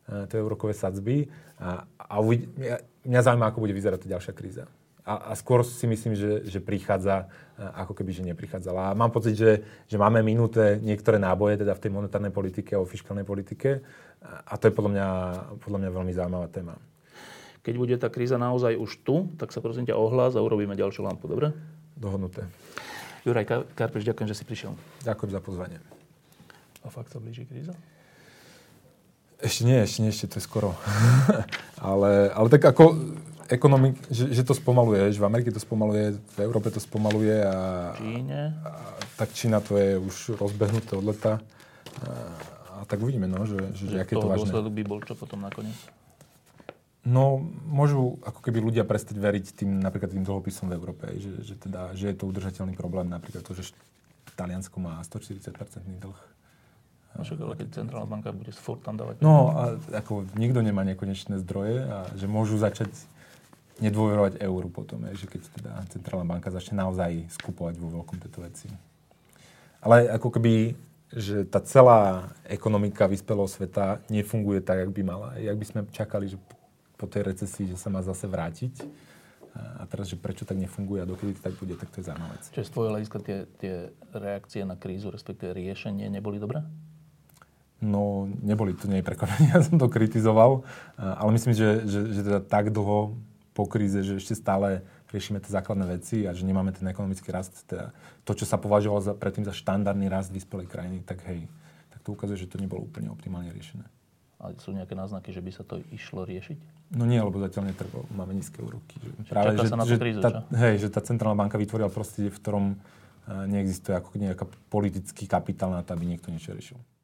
tie úrokové sadzby mňa zaujíma, ako bude vyzerať tá ďalšia kríza. A skôr si myslím, že prichádza, ako keby, že neprichádzala. A mám pocit, že máme minuté niektoré náboje teda v tej monetárnej politike a o fiškálnej politike a to je podľa mňa veľmi zaujímavá téma. Keď bude tá kríza naozaj už tu, tak sa prosím ťa ohlás a urobíme ďalšiu lampu, dobre? Dohodnuté. Juraj Karpiš, ďakujem, že si prišiel. Ďakujem za pozvanie. A fakt sa blíži kríza? Ešte nie, to je skoro. ale tak ako ekonomik, že to spomaluje, že v Amerike to spomaluje, v Európe to spomaluje a Číne? Tak Čína to je už rozbehnuté od leta. A tak uvidíme, no, že aké to vážne. Dôsledok by bol čo potom nakoniec? No, môžu ako keby ľudia prestať veriť napríklad tým dlhopisom v Európe, že je to udržateľný problém, napríklad to, že Taliansko má 140% dlh. No však, ale keď centrálna banka bude furt tam dávať... No, a ako nikto nemá nekonečné zdroje a že môžu začať nedôverovať euru potom, že keď teda centrálna banka začne naozaj skupovať vo veľkom tieto veci. Ale ako keby, že tá celá ekonomika vyspelého sveta nefunguje tak, jak by mala. Jak by sme čakali, že po tej recesii, že sa má zase vrátiť. A teraz, že prečo tak nefunguje a dokedy to tak bude, tak to je zaujímavá vec. Čiže z tvojho hľadiska tie reakcie na krízu, respektíve riešenie, neboli dobré? No, neboli, to nie je prekvapenie, ja som to kritizoval, ale myslím, že teda tak dlho po kríze, že ešte stále riešime tie základné veci a že nemáme ten ekonomický rast, teda to, čo sa považovalo predtým za štandardný rast vyspelej krajiny, tak hej, tak to ukazuje, že to nebolo úplne optimálne riešené. Ale sú nejaké náznaky, že by sa to išlo riešiť? No nie, lebo zatiaľ netrvalo. Máme nízke úroky. Čaká sa na tú krízu, čo? Hej, že tá centrálna banka vytvorila prostredie, v ktorom neexistuje ako nejaká politický kapitál na to, aby niekto niečo riešil.